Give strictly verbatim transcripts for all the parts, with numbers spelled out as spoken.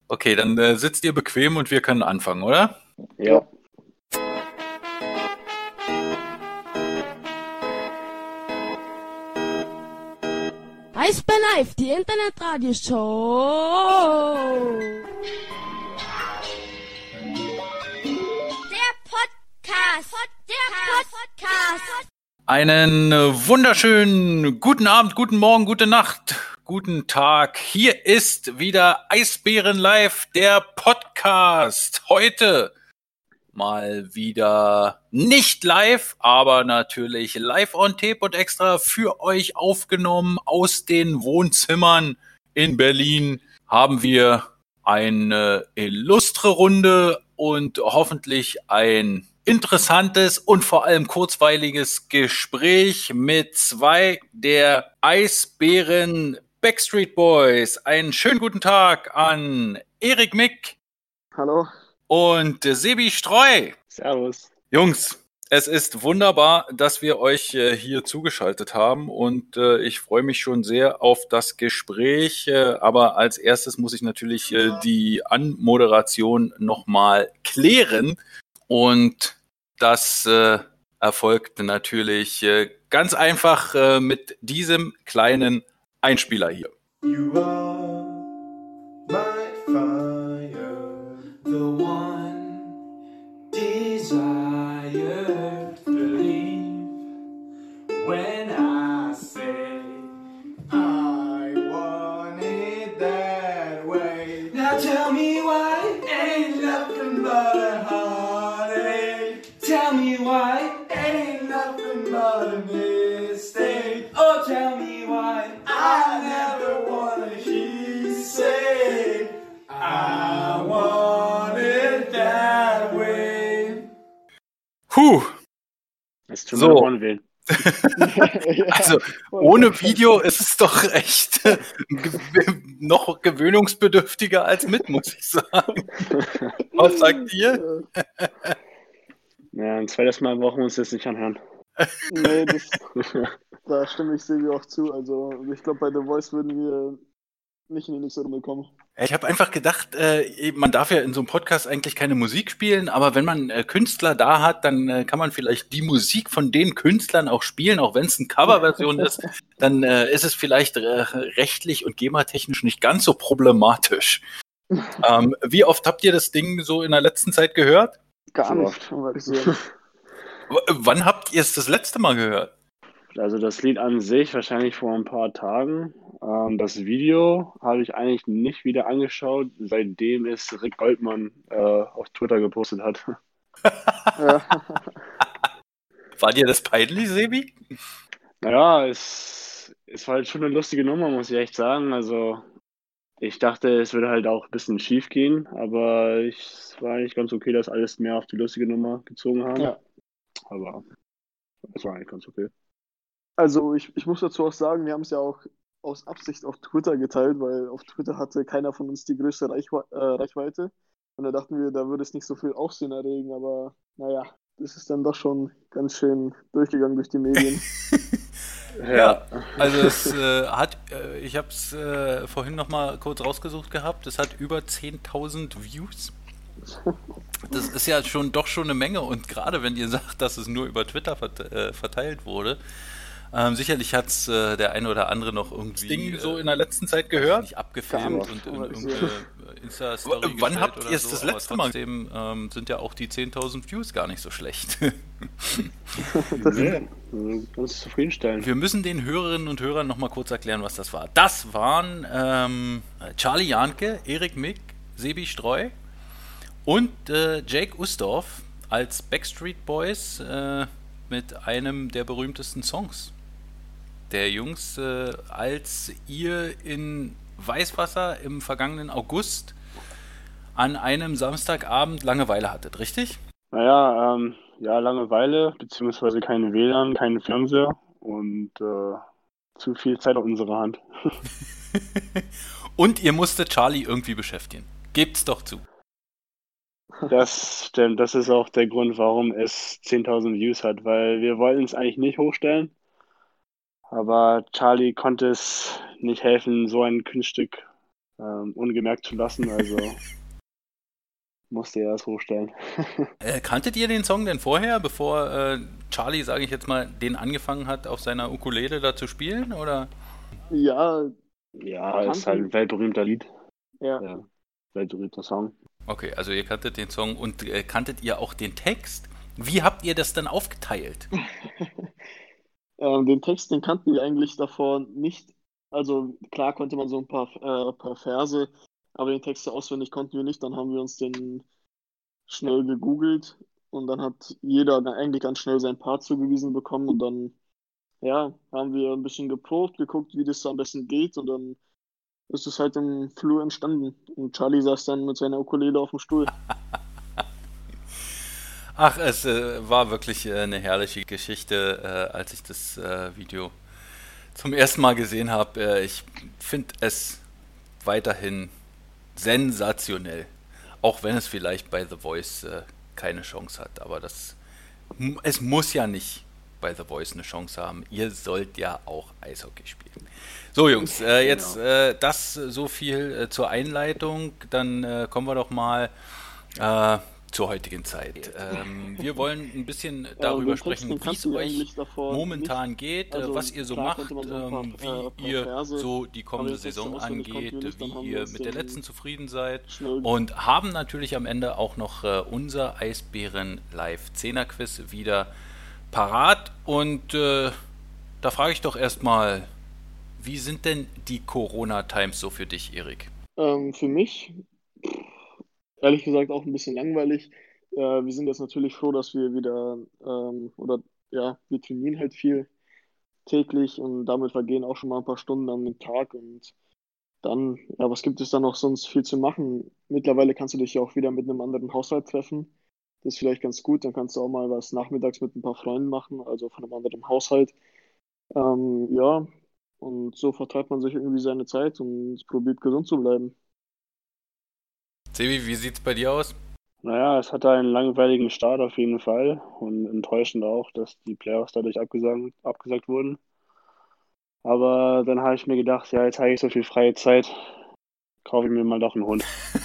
Okay, dann äh, sitzt ihr bequem und wir können anfangen, oder? Ja. Eisbär Live, die Internetradioshow. Der Podcast. Der Podcast. Einen äh, wunderschönen guten Abend, guten Morgen, gute Nacht, guten Tag. Hier ist wieder Eisbären Live, der Podcast. Heute mal wieder nicht live, aber natürlich live on tape und extra für euch aufgenommen aus den Wohnzimmern in Berlin haben wir eine illustre Runde und hoffentlich ein interessantes und vor allem kurzweiliges Gespräch mit zwei der Eisbären Backstreet Boys. Einen schönen guten Tag an Erik Mick. Hallo. Und Sebi Streu. Servus. Jungs, es ist wunderbar, dass wir euch äh, hier zugeschaltet haben und äh, ich freue mich schon sehr auf das Gespräch. Äh, aber als erstes muss ich natürlich äh, die Anmoderation nochmal klären und das äh, erfolgt natürlich äh, ganz einfach äh, mit diesem kleinen Einspieler hier. You are my fire, the one desired. Believe when I say I want it that way. Now tell me why ain't nothing but a heartache. Tell me why ain't nothing but a mistake. Oh, tell me why I never wanna hear you say I want it that way. Puh. Es tut So. mir ohne weh. Also ohne Video ist es doch echt äh, ge- noch gewöhnungsbedürftiger als mit, muss ich sagen. Was sagt ihr? Ja, ein zweites Mal brauchen wir uns das nicht anhören. Nee, das, da stimme ich Silvio auch zu. Also ich glaube, bei The Voice würden wir nicht in die nächste Runde kommen. Ich habe einfach gedacht, äh, man darf ja in so einem Podcast eigentlich keine Musik spielen, aber wenn man äh, Künstler da hat, dann äh, kann man vielleicht die Musik von den Künstlern auch spielen, auch wenn es eine Coverversion ist, dann äh, ist es vielleicht äh, rechtlich und GEMA-technisch nicht ganz so problematisch. Ähm, wie oft habt ihr das Ding so in der letzten Zeit gehört? Gar So nicht, um ehrlich zu sein. W- wann habt ihr es das letzte Mal gehört? Also das Lied an sich wahrscheinlich vor ein paar Tagen. Ähm, das Video habe ich eigentlich nicht wieder angeschaut, seitdem es Rick Goldman äh, auf Twitter gepostet hat. Ja. War dir das peinlich, Sebi? Naja, es, es war halt schon eine lustige Nummer, muss ich echt sagen. Also ich dachte, es würde halt auch ein bisschen schief gehen, aber ich, es war eigentlich ganz okay, dass alles mehr auf die lustige Nummer gezogen haben. Ja. Aber es war eigentlich ganz okay. Also ich, ich muss dazu auch sagen, wir haben es ja auch aus Absicht auf Twitter geteilt, weil auf Twitter hatte keiner von uns die größte Reichwe äh, Reichweite. Und da dachten wir, da würde es nicht so viel Aufsehen erregen, aber naja, das ist dann doch schon ganz schön durchgegangen durch die Medien. Ja, also es äh, hat, äh, ich habe es äh, vorhin noch mal kurz rausgesucht gehabt, es hat über zehntausend Views. Das ist ja schon doch schon eine Menge und gerade wenn ihr sagt, dass es nur über Twitter verte äh, verteilt wurde, ähm, sicherlich hat es äh, der eine oder andere noch irgendwie Ding so in der letzten Zeit gehört, nicht abgefilmt Gar und nicht. in Ja. irgendeine Insta-Story Nee, also ganz zufriedenstellend. Wir müssen den Hörerinnen und Hörern noch mal kurz erklären, was das war. Das waren ähm, Charlie Janke, Erik Mick, Sebi Streu und äh, Jake Ustorf als Backstreet Boys äh, mit einem der berühmtesten Songs der Jungs, äh, als ihr in Weißwasser im vergangenen August an einem Samstagabend Langeweile hattet, richtig? Naja, ähm, ja, Langeweile, beziehungsweise kein W L A N, kein Fernseher und äh, zu viel Zeit auf unserer Hand. Und ihr musstet Charlie irgendwie beschäftigen. Gebt's doch zu. Das stimmt, das ist auch der Grund, warum es zehntausend Views hat, weil wir wollten es eigentlich nicht hochstellen, aber Charlie konnte es nicht helfen, so ein Kunststück ähm, ungemerkt zu lassen, also musste er es hochstellen. Äh, kanntet ihr den Song denn vorher, bevor äh, Charlie, sage ich jetzt mal, den angefangen hat, auf seiner Ukulele da zu spielen, oder? Ja, Ja, ist halt ein weltberühmter Lied, ja. ja, weltberühmter Song. Okay, also ihr kanntet den Song und äh, kanntet ihr auch den Text? Wie habt ihr das dann aufgeteilt? Ähm, den Text, den kannten wir eigentlich davor nicht. Also klar konnte man so ein paar, äh, paar Verse, aber den Text auswendig konnten wir nicht. Dann haben wir uns den schnell gegoogelt und dann hat jeder dann eigentlich ganz schnell sein Part zugewiesen bekommen und dann, ja, haben wir ein bisschen geprobt, geguckt, wie das am besten geht und dann ist es halt im Flur entstanden. Und Charlie saß dann mit seiner Ukulele auf dem Stuhl. Ach, es äh, war wirklich äh, eine herrliche Geschichte, äh, als ich das äh, Video zum ersten Mal gesehen habe. Äh, ich finde es weiterhin sensationell. Auch wenn es vielleicht bei The Voice äh, keine Chance hat. Aber das, m- es muss ja nicht bei The Voice eine Chance haben. Ihr sollt ja auch Eishockey spielen. So Jungs, äh, jetzt äh, das so viel äh, zur Einleitung. Dann äh, kommen wir doch mal äh, zur heutigen Zeit. Ähm, wir wollen ein bisschen darüber den sprechen, Text, den wie es kannten wir euch eigentlich davor momentan nicht. geht, äh, Also was ihr so klar macht, konnte man so ein paar, ähm, äh, paar wie ihr Verse, so die kommende aber den Text Saison auswendig konnten angeht, wir nicht, dann haben wie wir ihr uns mit der den letzten zufrieden seid schnell und haben natürlich am Ende auch noch äh, unser Eisbären Live Zehner Quiz wieder parat und äh, da frage ich doch erstmal, wie sind denn die Corona-Times so für dich, Erik? Ähm, für mich, ehrlich gesagt, auch ein bisschen langweilig. Äh, wir sind jetzt natürlich froh, dass wir wieder, ähm, oder ja, wir trainieren halt viel täglich und damit vergehen auch schon mal ein paar Stunden am Tag und dann, ja, was gibt es da noch sonst viel zu machen? Mittlerweile kannst du dich ja auch wieder mit einem anderen Haushalt treffen. Das ist vielleicht ganz gut, dann kannst du auch mal was nachmittags mit ein paar Freunden machen, also von einem anderen Haushalt. Ähm, ja, und so vertreibt man sich irgendwie seine Zeit und probiert gesund zu bleiben. Sebi, wie sieht's bei dir aus? Naja, es hatte einen langweiligen Start auf jeden Fall und enttäuschend auch, dass die Playoffs dadurch abgesagt, abgesagt wurden. Aber dann habe ich mir gedacht, ja, jetzt habe ich so viel freie Zeit, kaufe ich mir mal doch einen Hund.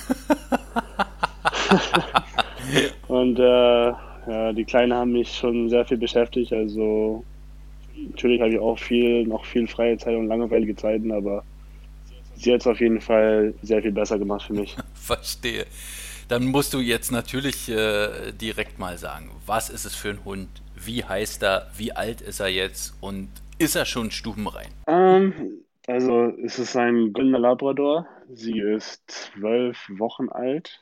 Und äh, ja, die Kleinen haben mich schon sehr viel beschäftigt. Also natürlich habe ich auch viel, noch viel freie Zeit und langweilige Zeiten, aber sie hat es auf jeden Fall sehr viel besser gemacht für mich. Verstehe. Dann musst du jetzt natürlich äh, direkt mal sagen, was ist es für ein Hund? Wie heißt er? Wie alt ist er jetzt? Und ist er schon stubenrein? Ähm, also es ist ein Goldener Labrador. Sie ist zwölf Wochen alt.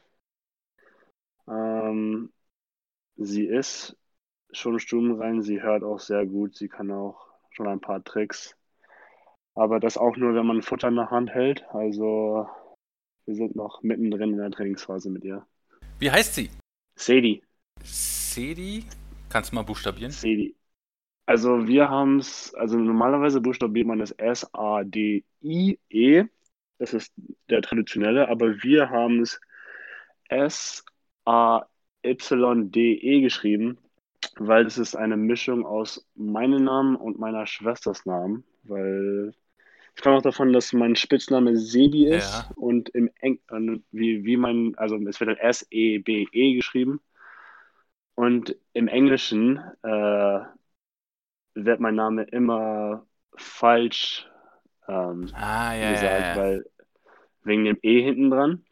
Ähm, sie ist schon stubenrein. Sie hört auch sehr gut. Sie kann auch schon ein paar Tricks. Aber das auch nur, wenn man Futter in der Hand hält. Also wir sind noch mittendrin in der Trainingsphase mit ihr. Wie heißt sie? Sadie. Sedi? Kannst du mal buchstabieren? Sadie. Also wir haben es, also normalerweise buchstabiert man das S A D I E. Das ist der traditionelle, aber wir haben es S A Y D E geschrieben, weil es ist eine Mischung aus meinem Namen und meiner Schwesters Namen, weil ich komme auch davon, dass mein Spitzname Sebi ist Ja. und im Eng äh, wie, wie mein, also es wird dann S E B E geschrieben und im Englischen äh, wird mein Name immer falsch ähm, Ah, ja, gesagt, ja, ja. weil wegen dem E hinten dran.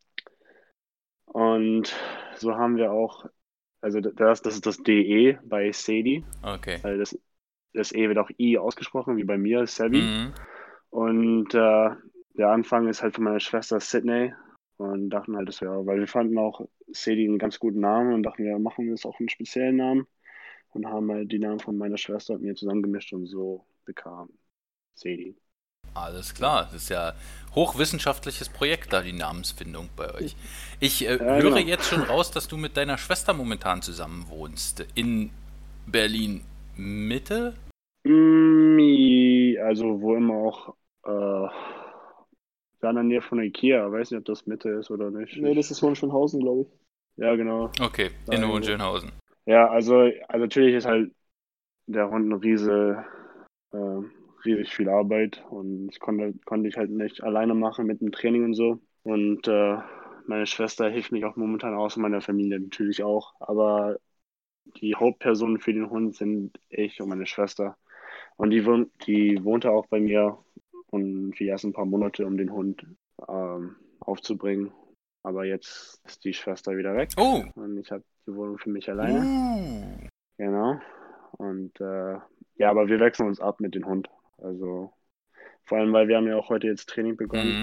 Und so haben wir auch, also das, das ist das D E bei Sadie, Okay. weil das, das E wird auch I ausgesprochen, wie bei mir, Sebi. Mhm. Und äh, der Anfang ist halt von meiner Schwester Sydney und dachten halt, das wäre, weil wir fanden auch Sadie einen ganz guten Namen und dachten, wir machen jetzt auch einen speziellen Namen und haben halt die Namen von meiner Schwester und mir zusammengemischt und so bekam Sadie. Alles klar, das ist ja hochwissenschaftliches Projekt da, die Namensfindung bei euch. Ich äh, Ja, höre genau. jetzt schon raus, dass du mit deiner Schwester momentan zusammen wohnst. In Berlin Mitte? Mm, Also wo immer auch äh, da in der Nähe von Ikea, weiß nicht, ob das Mitte ist oder nicht. Nee, das ist Hohenschönhausen, glaube ich. Ja, genau. Okay, Da in irgendwo. Hohenschönhausen. Ja, also, also natürlich ist halt der Hund ein riese, äh, riesig viel Arbeit und ich konnte, konnte ich halt nicht alleine machen mit dem Training und so. Und äh, meine Schwester hilft mich auch momentan aus und meine Familie natürlich auch. Aber die Hauptpersonen für den Hund sind ich und meine Schwester. Und die, wohnt, die wohnte auch bei mir und für die ersten paar Monate, um den Hund ähm, aufzubringen. Aber jetzt ist die Schwester wieder weg Oh. und ich habe die Wohnung für mich alleine. Uh. Genau. Und äh, ja, aber wir wechseln uns ab mit dem Hund. Also vor allem, weil wir haben ja auch heute jetzt Training begonnen. Mhm.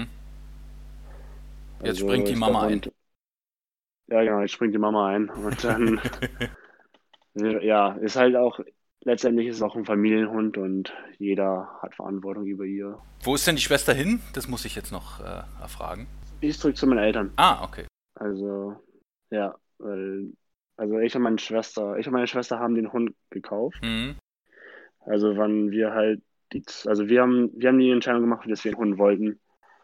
Jetzt Also springt die ist Mama der ein. Hund, ja, genau, jetzt springt die Mama ein. Und dann, ja, ist halt auch, letztendlich ist es auch ein Familienhund und jeder hat Verantwortung über ihr. Wo ist denn die Schwester hin? Das muss ich jetzt noch äh, erfragen. Ich ist zurück zu meinen Eltern. Ah, okay. Also, ja, weil, also ich und meine Schwester, ich und meine Schwester haben den Hund gekauft. Mhm. Also wann wir halt die, also wir haben, wir haben die Entscheidung gemacht, dass wir einen Hund wollten.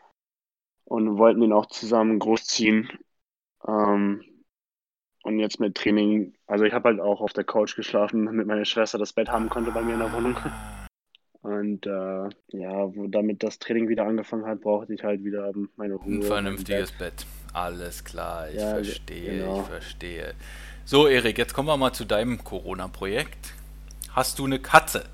Und wollten ihn auch zusammen großziehen. Ähm, und jetzt mit Training, also ich habe halt auch auf der Couch geschlafen, damit meine Schwester das Bett haben konnte bei mir in der Wohnung. Und äh, ja, wo damit das Training wieder angefangen hat, brauchte ich halt wieder meine Ruhe. Ein vernünftiges im Bett. Alles klar, ich Ja, verstehe, genau. ich verstehe. So, Erik, jetzt kommen wir mal zu deinem Corona-Projekt. Hast du eine Katze?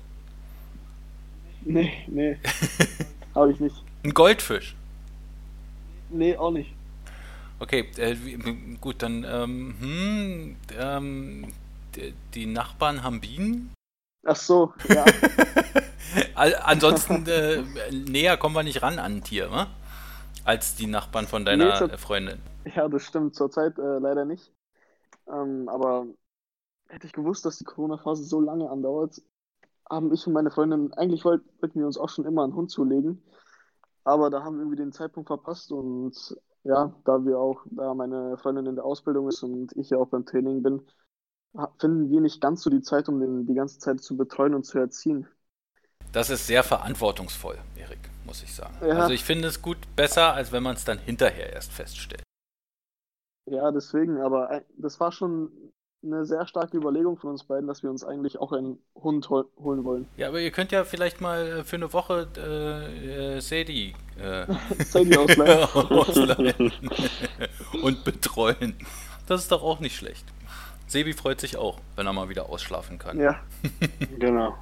Nee, nee, habe ich nicht. Ein Goldfisch? Nee, auch nicht. Okay, äh, wie- gut, dann, ähm, hm, ähm, d- die Nachbarn haben Bienen? Ach so, ja. Al- Ansonsten, äh, näher kommen wir nicht ran an ein Tier, ne? Als die Nachbarn von deiner Nee, zur- äh, Freundin. Ja, das stimmt. Zurzeit äh, leider nicht. Ähm, aber hätte ich gewusst, dass die Corona-Phase so lange andauert, haben ich und meine Freundin, eigentlich wollt, wollten wir uns auch schon immer einen Hund zulegen. Aber da haben wir irgendwie den Zeitpunkt verpasst und ja, da wir auch, da meine Freundin in der Ausbildung ist und ich ja auch beim Training bin, ha- finden wir nicht ganz so die Zeit, um den die ganze Zeit zu betreuen und zu erziehen. Das ist sehr verantwortungsvoll, Erik, muss ich sagen. Ja. Also ich finde es gut besser, als wenn man es dann hinterher erst feststellt. Ja, deswegen, aber ein- das war schon eine sehr starke Überlegung von uns beiden, dass wir uns eigentlich auch einen Hund hol holen wollen. Ja, aber ihr könnt ja vielleicht mal äh, für eine Woche äh, äh, Sadie äh, Sadie ausleihen. ausleihen und betreuen. Das ist doch auch nicht schlecht. Sebi freut sich auch, wenn er mal wieder ausschlafen kann. Ja, Genau.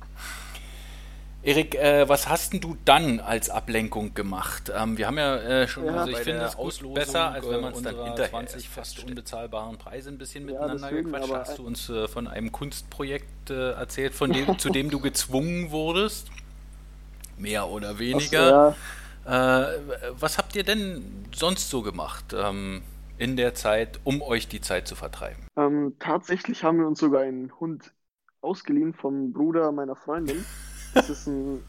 Erik, äh, was hast denn du dann als Ablenkung gemacht? Ähm, wir haben ja äh, schon, Ja, also ich bei finde der es gut Auslosung, besser, als wenn man es äh, dann unserer hinterher zwanzig erst fast fast unbezahlbaren Preise ein bisschen Ja, miteinander deswegen, gequatscht. aber- Hast du uns äh, von einem Kunstprojekt äh, erzählt, von dem, zu dem du gezwungen wurdest? Mehr oder Ach so, weniger. ja, Äh, was habt ihr denn sonst so gemacht ähm, in der Zeit, um euch die Zeit zu vertreiben? ähm, tatsächlich haben wir uns sogar einen Hund ausgeliehen vom Bruder meiner Freundin. Das ist ein,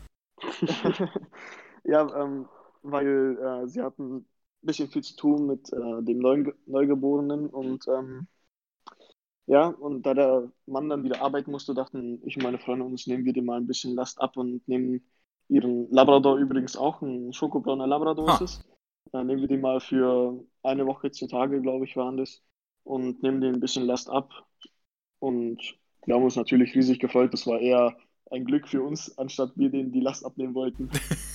ja, ähm, weil äh, sie hatten ein bisschen viel zu tun mit äh, dem Neuge Neugeborenen und ähm, ja, und da der Mann dann wieder arbeiten musste, dachten ich und meine Freundin uns, nehmen wir dem mal ein bisschen Last ab und nehmen ihren Labrador übrigens auch, ein schokobrauner Labrador Ha. ist es. Dann nehmen wir den mal für eine Woche, zehn Tage, glaube ich, waren das, und nehmen den ein bisschen Last ab. Und wir haben uns natürlich riesig gefreut. Das war eher ein Glück für uns, anstatt wir denen die Last abnehmen wollten.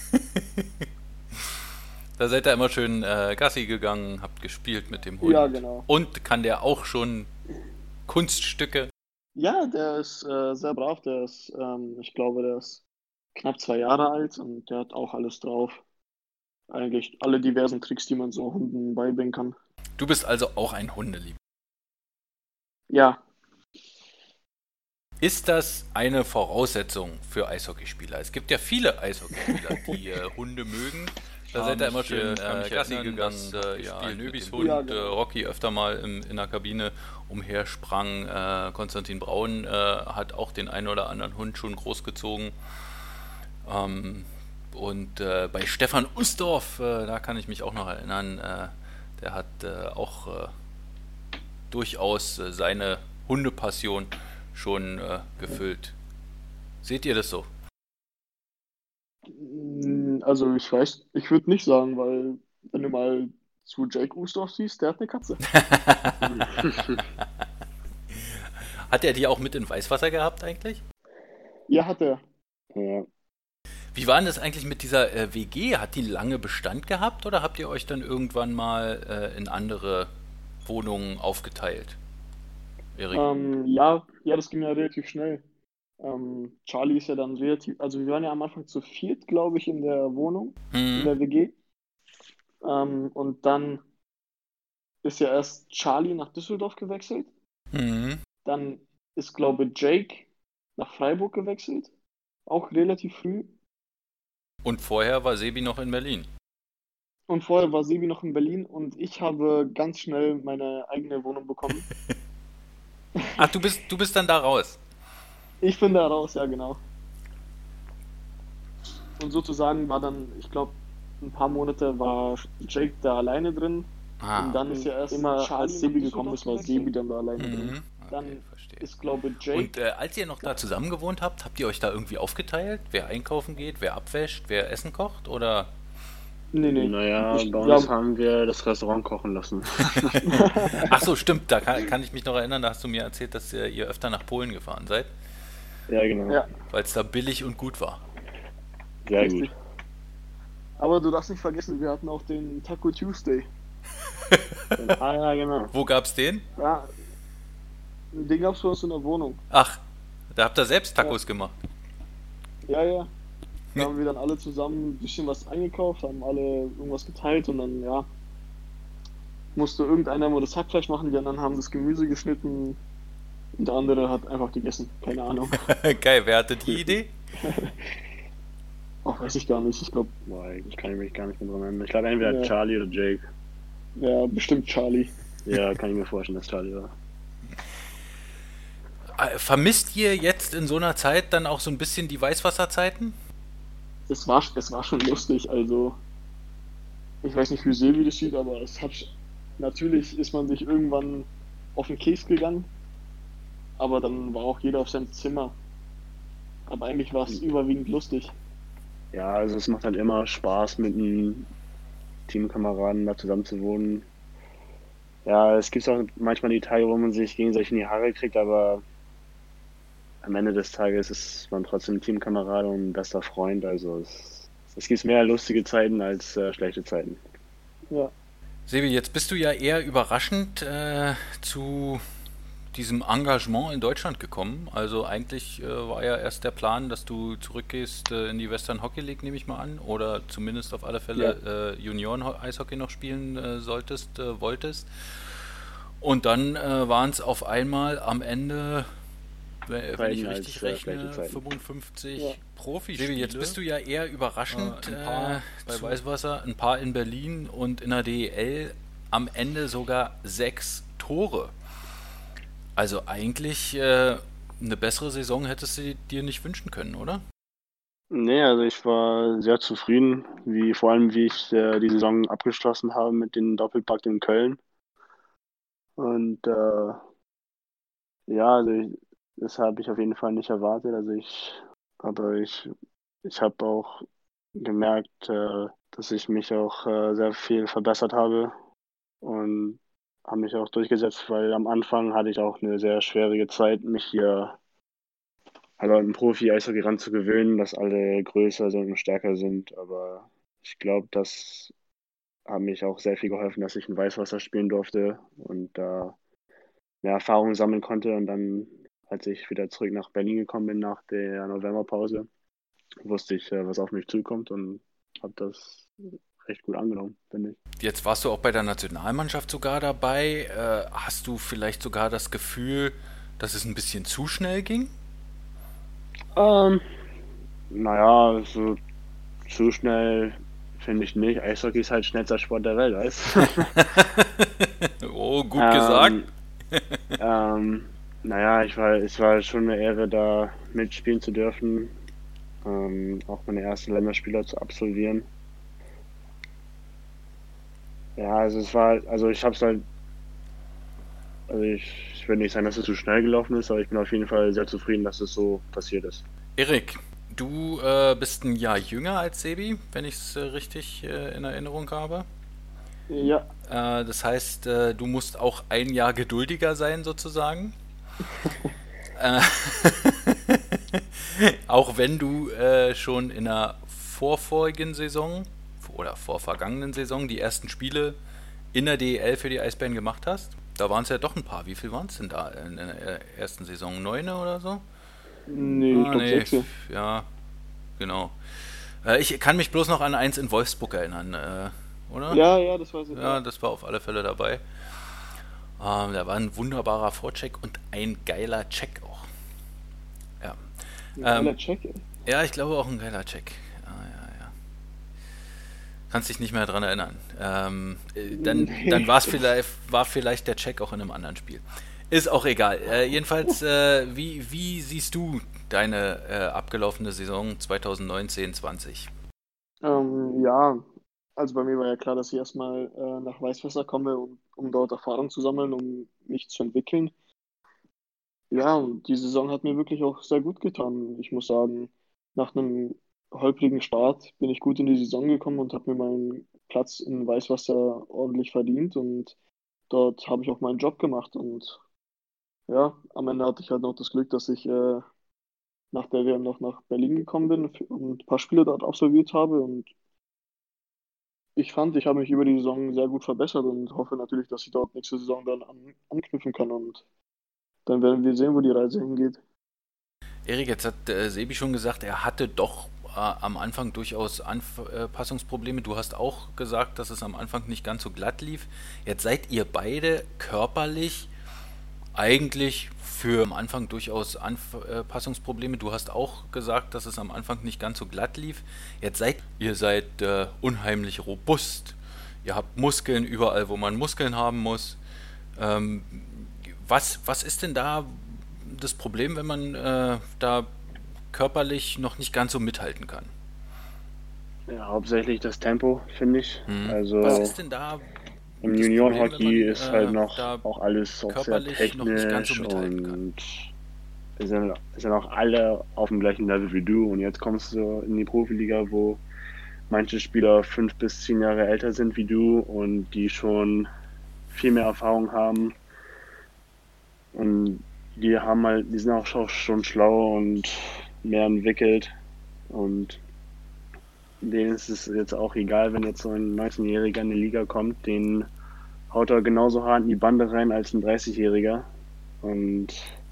Da seid ihr immer schön äh, Gassi gegangen, habt gespielt mit dem Hund. Ja, genau. Und kann der auch schon Kunststücke? Ja, der ist äh, sehr brav. Der ist, ähm, ich glaube, der ist knapp zwei Jahre alt und der hat auch alles drauf. Eigentlich alle diversen Tricks, die man so Hunden beibringen kann. Du bist also auch ein Hundelieber. Ja, Ist das eine Voraussetzung für Eishockeyspieler? Es gibt ja viele Eishockeyspieler, die äh, Hunde mögen. Da Ja, seid ihr mich, immer schön äh, kann äh, mich Gassi erinnern, gegangen, dass, äh, äh, ja, gespielt Nöbis mit Hund, Ja, äh, genau. Rocky öfter mal im, in der Kabine umhersprang. Äh, Konstantin Braun äh, hat auch den einen oder anderen Hund schon großgezogen. Ähm, und äh, bei Stefan Ustorf, äh, da kann ich mich auch noch erinnern, äh, der hat äh, auch äh, durchaus äh, seine Hundepassion schon äh, gefüllt. Seht ihr das so? Mm, also ich weiß, ich würde nicht sagen, weil wenn du mal zu Jake Ustorf siehst, der hat eine Katze. Hat er die auch mit in Weißwasser gehabt eigentlich? Ja, hat er. Ja. Wie war denn das eigentlich mit dieser äh, W G? Hat die lange Bestand gehabt oder habt ihr euch dann irgendwann mal äh, in andere Wohnungen aufgeteilt? Erik? Ähm, ja, ja, das ging ja relativ schnell. Ähm, Charlie ist ja dann relativ, also wir waren ja am Anfang zu viert, glaube ich, in der Wohnung, in Mhm. der W G. Ähm, und dann ist ja erst Charlie nach Düsseldorf gewechselt. Mhm. Dann ist, glaube ich, Jake nach Freiburg gewechselt. Auch relativ früh. Und vorher war Sebi noch in Berlin. Und vorher war Sebi noch in Berlin und ich habe ganz schnell meine eigene Wohnung bekommen. Ach, du bist, du bist dann da raus. Ich bin da raus, ja, genau. Und sozusagen war dann, ich glaube, ein paar Monate war Jake da alleine drin. Ah. Und dann ist ja erst immer, als Sebi gekommen ist, war Sebi dann da alleine drin. Mhm. Dann Okay, verstehe. ist, glaube ich, Jake. Und äh, als ihr noch da zusammen gewohnt habt, habt ihr euch da irgendwie aufgeteilt? Wer einkaufen geht, wer abwäscht, wer Essen kocht? Oder? Nee, nee. Naja, Ich- bei wir uns haben- haben wir das Restaurant kochen lassen. Ach so, stimmt, da kann, kann ich mich noch erinnern, da hast du mir erzählt, dass äh, ihr öfter nach Polen gefahren seid, Ja, genau. Ja, weil es da billig und gut war. Sehr richtig. gut. Aber du darfst nicht vergessen, wir hatten auch den Taco Tuesday. Ah ja, genau. Wo gab's den? Ja, den gab es bei uns in der Wohnung. Ach, da habt ihr selbst Tacos gemacht. Ja, ja. Da haben wir dann alle zusammen ein bisschen was eingekauft, haben alle irgendwas geteilt und dann, ja, musste irgendeiner mal das Hackfleisch machen, die anderen haben das Gemüse geschnitten und der andere hat einfach gegessen. Keine Ahnung. Geil, wer hatte die Idee? Ach, weiß ich gar nicht. Ich glaube, Boah, ich kann mich gar nicht mehr dran erinnern. Ich glaube entweder Ja. Charlie oder Jake. ja, bestimmt Charlie. Ja, kann ich mir vorstellen, dass Charlie war. Äh, Vermisst ihr jetzt in so einer Zeit dann auch so ein bisschen die Weißwasserzeiten? Es war, es war schon lustig, also ich weiß nicht, wie Silvi das sieht, aber es hat natürlich ist man sich irgendwann auf den Keks gegangen, aber dann war auch jeder auf seinem Zimmer. Aber eigentlich war es überwiegend lustig. Ja, also es macht halt immer Spaß, mit einem Teamkameraden da zusammen zu wohnen. Ja, es gibt auch manchmal die Tage, wo man sich gegenseitig in die Haare kriegt, aber am Ende des Tages ist man trotzdem Teamkamerad und bester Freund. Also es, es gibt mehr lustige Zeiten als äh, schlechte Zeiten. Ja, Sebi, jetzt bist du ja eher überraschend äh, zu diesem Engagement in Deutschland gekommen. Also eigentlich äh, war ja erst der Plan, dass du zurückgehst äh, in die Western Hockey League, nehme ich mal an, oder zumindest auf alle Fälle äh, Junioren-Eishockey noch spielen äh, solltest, äh, wolltest. Und dann äh, waren es auf einmal am Ende, wenn wenn ich Zeiten richtig als, äh, rechne, schlechte Zeiten. fünfundfünfzig Ja. Profispiele. Sebi, jetzt bist du ja eher überraschend Äh, äh, ein paar bei zu- Weißwasser, ein paar in Berlin und in der D E L am Ende sogar sechs Tore. Also eigentlich äh, eine bessere Saison hättest du dir nicht wünschen können, oder? Nee, also ich war sehr zufrieden, wie vor allem wie ich äh, die Saison abgeschlossen habe mit dem Doppelpack in Köln. Und äh, ja, also ich, das habe ich auf jeden Fall nicht erwartet. Also ich, aber ich, ich habe auch gemerkt, äh, dass ich mich auch äh, sehr viel verbessert habe und habe mich auch durchgesetzt, weil am Anfang hatte ich auch eine sehr schwierige Zeit, mich hier also an Profi-Eishockey ranzugewöhnen, dass alle größer sind und stärker sind. Aber ich glaube, das hat mich auch sehr viel geholfen, dass ich in Weißwasser spielen durfte und da mehr Erfahrung sammeln konnte. Und dann, als ich wieder zurück nach Berlin gekommen bin nach der Novemberpause, wusste ich, äh, was auf mich zukommt und habe das recht gut angenommen, finde ich. Jetzt warst du auch bei der Nationalmannschaft sogar dabei. Äh, hast du vielleicht sogar das Gefühl, dass es ein bisschen zu schnell ging? Ähm, naja, so zu schnell finde ich nicht. Eishockey ist halt schnellster Sport der Welt, weißt du? Oh, gut Ähm, gesagt. ähm, naja, ich war, es war schon eine Ehre, da mitspielen zu dürfen. Ähm, auch meine erste Länderspieler zu absolvieren. Ja, also es war, also ich hab's halt, also ich, ich will nicht sagen, dass es zu schnell gelaufen ist, aber ich bin auf jeden Fall sehr zufrieden, dass es so passiert ist. Erik, du äh, bist ein Jahr jünger als Sebi, wenn ich es äh, richtig äh, in Erinnerung habe. Ja, Äh, das heißt, äh, du musst auch ein Jahr geduldiger sein, sozusagen. äh, Auch wenn du äh, schon in der vorvorigen Saison oder vorvergangenen Saison die ersten Spiele in der D E L für die Eisbären gemacht hast. Da waren es ja doch ein paar. Wie viel waren es denn da in der ersten Saison? Neune oder so? Nee, ich Ah, glaube nee, sechs. f- ja, genau. Äh, ich kann mich bloß noch an eins in Wolfsburg erinnern, äh, oder? Ja, ja, das weiß ich. Ja, das war auf alle Fälle dabei. Ähm, da war ein wunderbarer Vorcheck und ein geiler Check auch. Ja, Ein geiler ähm, Check, ey. ja, ich glaube auch ein geiler Check. Ja, ja, ja. Kannst dich nicht mehr dran erinnern. Ähm, äh, dann Nee. dann war's vielleicht, war vielleicht der Check auch in einem anderen Spiel. Ist auch egal. Äh, jedenfalls, äh, wie, wie siehst du deine äh, abgelaufene Saison zwanzig neunzehn zwanzig? Ähm, ja, also bei mir war ja klar, dass ich erstmal äh, nach Weißwasser komme, um, um dort Erfahrung zu sammeln, um mich zu entwickeln. Ja, und die Saison hat mir wirklich auch sehr gut getan. Ich muss sagen, nach einem holprigen Start bin ich gut in die Saison gekommen und habe mir meinen Platz in Weißwasser ordentlich verdient und dort habe ich auch meinen Job gemacht. Und ja, am Ende hatte ich halt noch das Glück, dass ich äh, nach der W M noch nach Berlin gekommen bin und ein paar Spiele dort absolviert habe. Und ich fand, ich habe mich über die Saison sehr gut verbessert und hoffe natürlich, dass ich dort nächste Saison dann an, anknüpfen kann. Und dann werden wir sehen, wo die Reise hingeht. Erik, jetzt hat äh, Sebi schon gesagt, er hatte doch äh, am Anfang durchaus Anpassungsprobleme. Du hast auch gesagt, dass es am Anfang nicht ganz so glatt lief. Jetzt seid ihr beide körperlich eigentlich für am Anfang durchaus Anpassungsprobleme. Du hast auch gesagt, dass es am Anfang nicht ganz so glatt lief. Jetzt seid ihr seid äh, unheimlich robust. Ihr habt Muskeln überall, wo man Muskeln haben muss. Ähm, was, was ist denn da das Problem, wenn man äh, da körperlich noch nicht ganz so mithalten kann? Ja, hauptsächlich das Tempo, finde ich. Mhm. Also Was ist denn da im das Juniorenhockey Problem, wenn man, ist äh, halt noch da auch alles auch sehr körperlich noch nicht ganz so technisch mithalten kann? und wir sind, wir sind auch alle auf dem gleichen Level wie du. Und jetzt kommst du in die Profiliga, wo manche Spieler fünf bis zehn Jahre älter sind wie du und die schon viel mehr Erfahrung haben. Und die haben halt, die sind auch schon schon schlau und mehr entwickelt. Und denen ist es jetzt auch egal, wenn jetzt so ein neunzehnjähriger in die Liga kommt, den haut er genauso hart in die Bande rein als ein dreißigjähriger. Und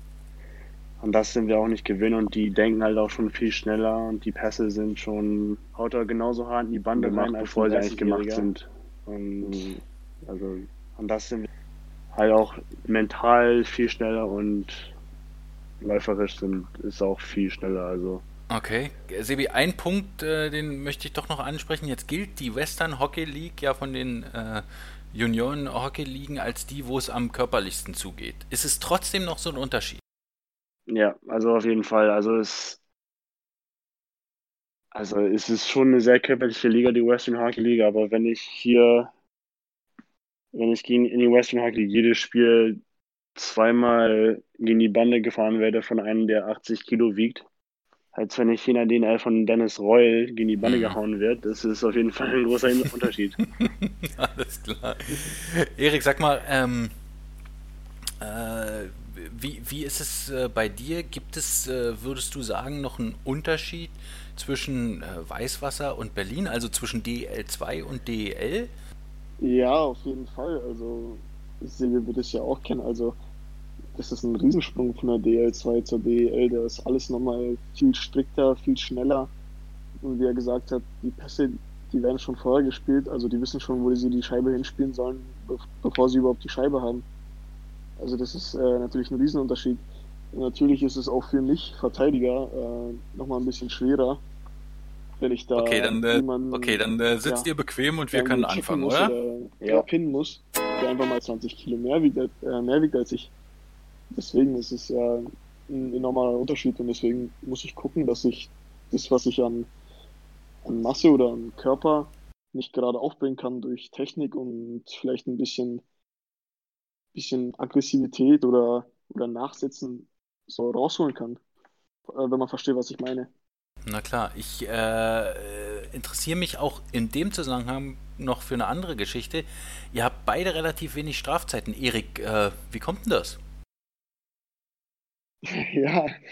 an das sind wir auch nicht gewöhnt und die denken halt auch schon viel schneller und die Pässe sind schon, haut er genauso hart in die Bande Gemacht, rein, als bevor ein sie eigentlich gemacht dreißigjähriger. Und also an das sind wir halt auch mental viel schneller und läuferisch sind ist auch viel schneller. Also Okay, Sebi, ein Punkt, äh, den möchte ich doch noch ansprechen. Jetzt gilt die Western Hockey League ja von den äh, Junioren Hockey Ligen als die, wo es am körperlichsten zugeht. Ist es trotzdem noch so ein Unterschied? ja, also auf jeden Fall. Also es, also es ist schon eine sehr körperliche Liga, die Western Hockey League, aber wenn ich hier, wenn ich gegen in die Western Hockey League jedes Spiel zweimal gegen die Bande gefahren werde von einem, der achtzig Kilo wiegt, als wenn ich hier in der D N L von Dennis Royal gegen die Bande Mhm. gehauen wird, das ist auf jeden Fall ein großer Unterschied. Alles klar. Erik, sag mal, ähm, äh, wie, wie ist es äh, bei dir? Gibt es, äh, würdest du sagen, noch einen Unterschied zwischen äh, Weißwasser und Berlin, also zwischen D E L zwei und D E L? Ja, auf jeden Fall. Also, Silvia wird es ja auch kennen. Also, das ist ein Riesensprung von der D L zwei zur D E L. Da ist alles nochmal viel strikter, viel schneller. Und wie er gesagt hat, die Pässe, die werden schon vorher gespielt. Also, die wissen schon, wo sie die Scheibe hinspielen sollen, be bevor sie überhaupt die Scheibe haben. Also, das ist äh, natürlich ein Riesenunterschied. Und natürlich ist es auch für mich, Verteidiger, äh, nochmal ein bisschen schwerer, wenn ich da Okay, dann, äh, jemanden, okay, dann äh, sitzt ja, ihr bequem und wir der können irgendwie checken anfangen, muss oder? oder Ja. ja. pinnen muss, der einfach mal zwanzig Kilo mehr wiegt, äh, mehr wiegt als ich. Deswegen ist es ja ein enormer Unterschied und deswegen muss ich gucken, dass ich das, was ich an, an Masse oder an Körper nicht gerade aufbringen kann durch Technik und vielleicht ein bisschen, bisschen Aggressivität oder, oder Nachsetzen so rausholen kann, äh, wenn man versteht, was ich meine. Na klar, ich äh, interessiere mich auch in dem Zusammenhang noch für eine andere Geschichte. Ihr habt beide relativ wenig Strafzeiten. Erik, äh, wie kommt denn das? Ja,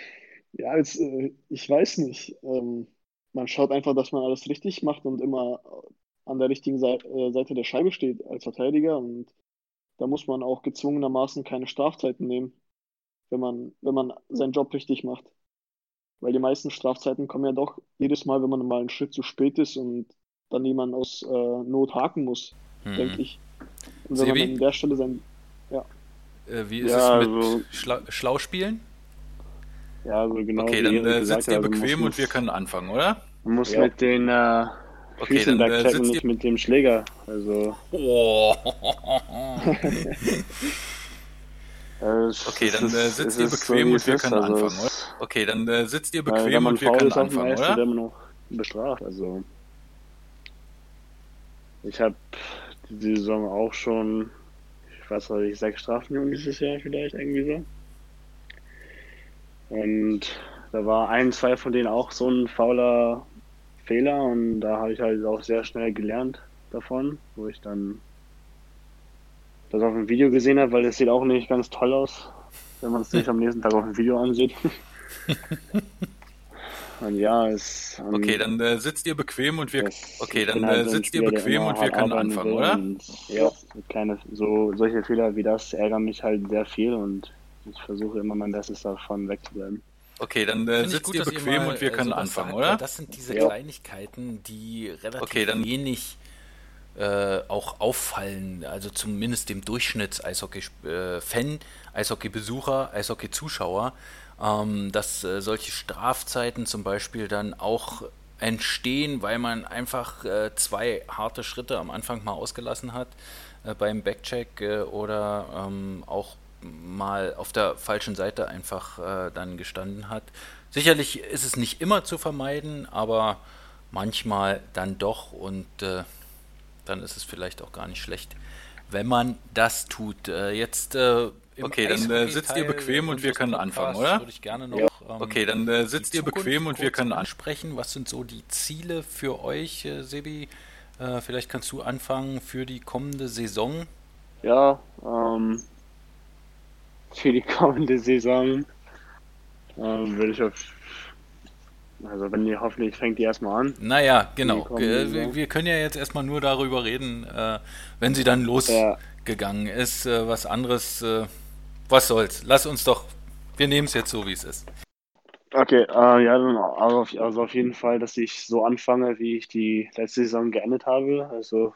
Ja, jetzt, äh, ich weiß nicht. Ähm, man schaut einfach, dass man alles richtig macht und immer an der richtigen Sei äh, Seite der Scheibe steht als Verteidiger. Und da muss man auch gezwungenermaßen keine Strafzeiten nehmen, wenn man, wenn man seinen Job richtig macht. Weil die meisten Strafzeiten kommen ja doch jedes Mal, wenn man mal einen Schritt zu spät ist und dann jemand aus äh, Not haken muss, denke Mhm. ich. Und wenn man Sebi, an der Stelle sein, ja, äh, wie ist Ja, es mit also, Schla Schlauspielen? ja, also genau Okay, wie dann Erik äh, gesagt sitzt hat, ihr also muss, bequem und wir muss, können anfangen, oder? man muss ja, mit den äh, Okay, Füßen dann äh, backchecken, sitzt ihr. nicht mit dem Schläger. Also, Oh. äh, es, Okay, es dann äh, ist, es sitzt ihr ist so, bequem wie und es wir ist. können Also, anfangen, oder? es, Okay, dann äh, sitzt ihr weil wenn bequem man und wir faul können ist auf dem anfangen, Eis, wird oder? man noch bestraft. Also, ich habe die Saison auch schon, ich weiß nicht, sechs Strafen genommen dieses Jahr vielleicht irgendwie so. Und da war ein, zwei von denen auch so ein fauler Fehler und da habe ich halt auch sehr schnell gelernt davon, wo ich dann das auf dem Video gesehen habe, weil das sieht auch nicht ganz toll aus, wenn man es sich am nächsten Tag auf dem Video ansieht. Und ja, es, Okay, und dann äh, sitzt ihr bequem und wir. das, Okay, ich dann bin halt äh, so ein sitzt ihr Spieler, der bequem immer und wir hart können arbeiten anfangen, will oder? und ja, so kleine, so solche Fehler wie das ärgern mich halt sehr viel und ich versuche immer mein Bestes davon wegzubleiben. Okay, dann äh, Finde ich sitzt gut, ihr dass ihr bequem mal und wir äh, können sowas anfangen, sagt, weil oder? das sind diese ja, Kleinigkeiten, die relativ Okay, dann. wenig äh, auch auffallen, also zumindest dem Durchschnitts-Eishockey-Fan, Eishockey-Besucher, Eishockey-Zuschauer, ähm, dass äh, solche Strafzeiten zum Beispiel dann auch entstehen, weil man einfach äh, zwei harte Schritte am Anfang mal ausgelassen hat äh, beim Backcheck äh, oder ähm, auch mal auf der falschen Seite einfach äh, dann gestanden hat. Sicherlich ist es nicht immer zu vermeiden, aber manchmal dann doch und äh, dann ist es vielleicht auch gar nicht schlecht, wenn man das tut. Äh, jetzt äh, im Okay, dann äh, sitzt ihr Eishockey-Teil bequem und wir unseres können anfangen, Podcasts oder? würde ich gerne ja. noch ähm, Okay, dann äh, die sitzt ihr Zukunft bequem und wir kurz können anfangen. ansprechen. Was sind so die Ziele für euch, äh, Sebi? Äh, vielleicht kannst du anfangen für die kommende Saison. Ja, ähm, für die kommende Saison ähm, würde ich auf, also wenn die hoffentlich fängt die erstmal an, Naja, für die genau. kommende Äh, Wir, Saison. wir können ja jetzt erstmal nur darüber reden, äh, wenn sie dann Ja, losgegangen ist. Äh, was anderes, äh, was soll's. Lass uns doch, wir nehmen es jetzt so, wie es ist. okay, äh, ja, dann also auf, also auf jeden Fall, dass ich so anfange, wie ich die letzte Saison geendet habe. Also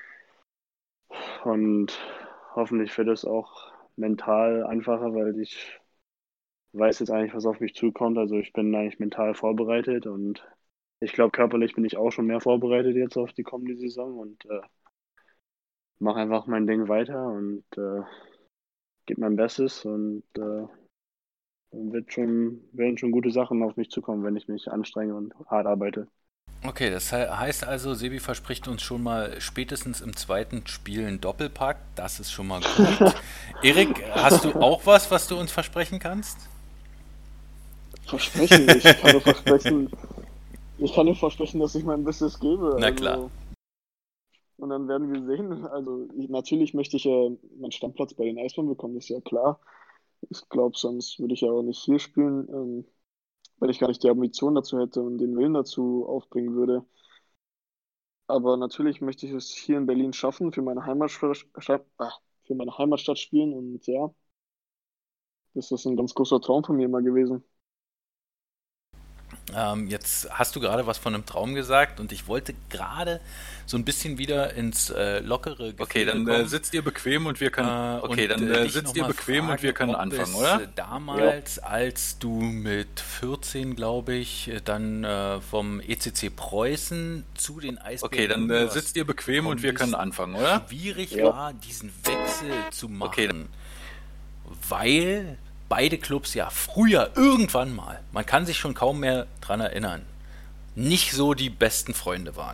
und hoffentlich wird es auch mental einfacher, weil ich weiß jetzt eigentlich, was auf mich zukommt. Also ich bin eigentlich mental vorbereitet und ich glaube, körperlich bin ich auch schon mehr vorbereitet jetzt auf die kommende Saison und äh, mache einfach mein Ding weiter und äh, gebe mein Bestes und äh, dann wird schon, werden schon gute Sachen auf mich zukommen, wenn ich mich anstrenge und hart arbeite. Okay, das he- heißt also, Sebi verspricht uns schon mal spätestens im zweiten Spiel einen Doppelpack. Das ist schon mal gut. Erik, hast du auch was, was du uns versprechen kannst? Versprechen, ich kann nur versprechen, ich kann nur versprechen, dass ich mein Bestes gebe. Na klar. Also, und dann werden wir sehen. Also ich, natürlich möchte ich ja meinen Stammplatz bei den Eisbären bekommen, das ist ja klar. Ich glaube, sonst würde ich ja auch nicht hier spielen, ähm, weil ich gar nicht die Ambition dazu hätte und den Willen dazu aufbringen würde. Aber natürlich möchte ich es hier in Berlin schaffen, für meine Heimatstadt, ah, für meine Heimatstadt spielen und ja, das ist ein ganz großer Traum von mir immer gewesen. Ähm, jetzt hast du gerade was von einem Traum gesagt und ich wollte gerade so ein bisschen wieder ins äh, lockere Okay, Gefilde dann äh, kommen. sitzt ihr bequem und wir können. Äh, Okay, und dann äh, äh, dich sitzt noch ihr mal bequem und wir fragen, können ob anfangen, es oder? äh, damals, als du mit vierzehn, glaube ich, äh, dann äh, vom E C C Preußen zu den Okay, Eisbären dann äh, Juniors sitzt ihr bequem und gekommen wir können bist, anfangen, oder? schwierig Ja. war, diesen Wechsel zu Okay, machen, weil beide Clubs ja früher irgendwann mal, man kann sich schon kaum mehr dran erinnern, nicht so die besten Freunde waren.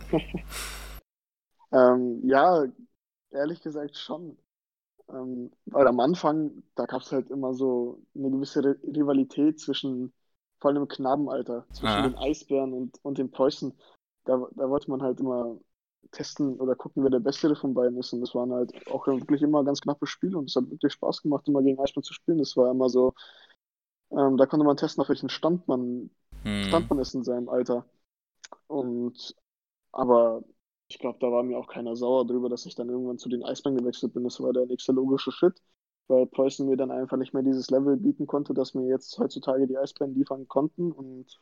Ähm, ja, ehrlich gesagt schon. Ähm, weil am Anfang, da gab es halt immer so eine gewisse Ri- Rivalität zwischen, vor allem im Knabenalter, zwischen Aha. den Eisbären und, und den Preußen. Da, da wollte man halt immer testen oder gucken, wer der Bessere von beiden ist. Und das waren halt auch wirklich immer ganz knappe Spiele und es hat wirklich Spaß gemacht, immer gegen Eisbären zu spielen. Das war immer so Ähm, da konnte man testen, auf welchen Stand man, Hm. Stand man ist in seinem Alter. Und aber ich glaube, da war mir auch keiner sauer drüber, dass ich dann irgendwann zu den Eisbären gewechselt bin. Das war der nächste logische Schritt, weil Preußen mir dann einfach nicht mehr dieses Level bieten konnte, das mir jetzt heutzutage die Eisbären liefern konnten. Und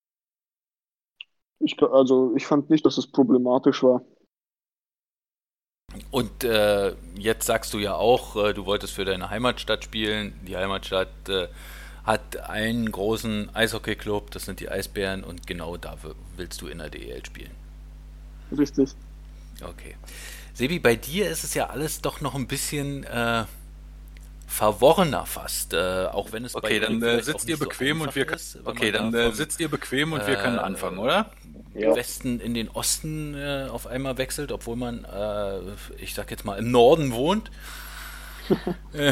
ich, gl- also ich fand nicht, dass es problematisch war. Und äh, jetzt sagst du ja auch, äh, du wolltest für deine Heimatstadt spielen. Die Heimatstadt äh, hat einen großen Eishockeyclub, das sind die Eisbären, und genau da w- willst du in der D E L spielen. Richtig. Okay. Sebi, bei dir ist es ja alles doch noch ein bisschen äh, verworrener fast, äh, auch wenn es Okay, bei dann dir äh, vielleicht auch sitzt ihr nicht so bequem und einfach wir ist, wenn Okay, man dann da äh, vom, sitzt ihr bequem und wir können äh, anfangen, oder? Ja. Westen in den Osten äh, auf einmal wechselt, obwohl man, äh, ich sag jetzt mal, im Norden wohnt. Äh,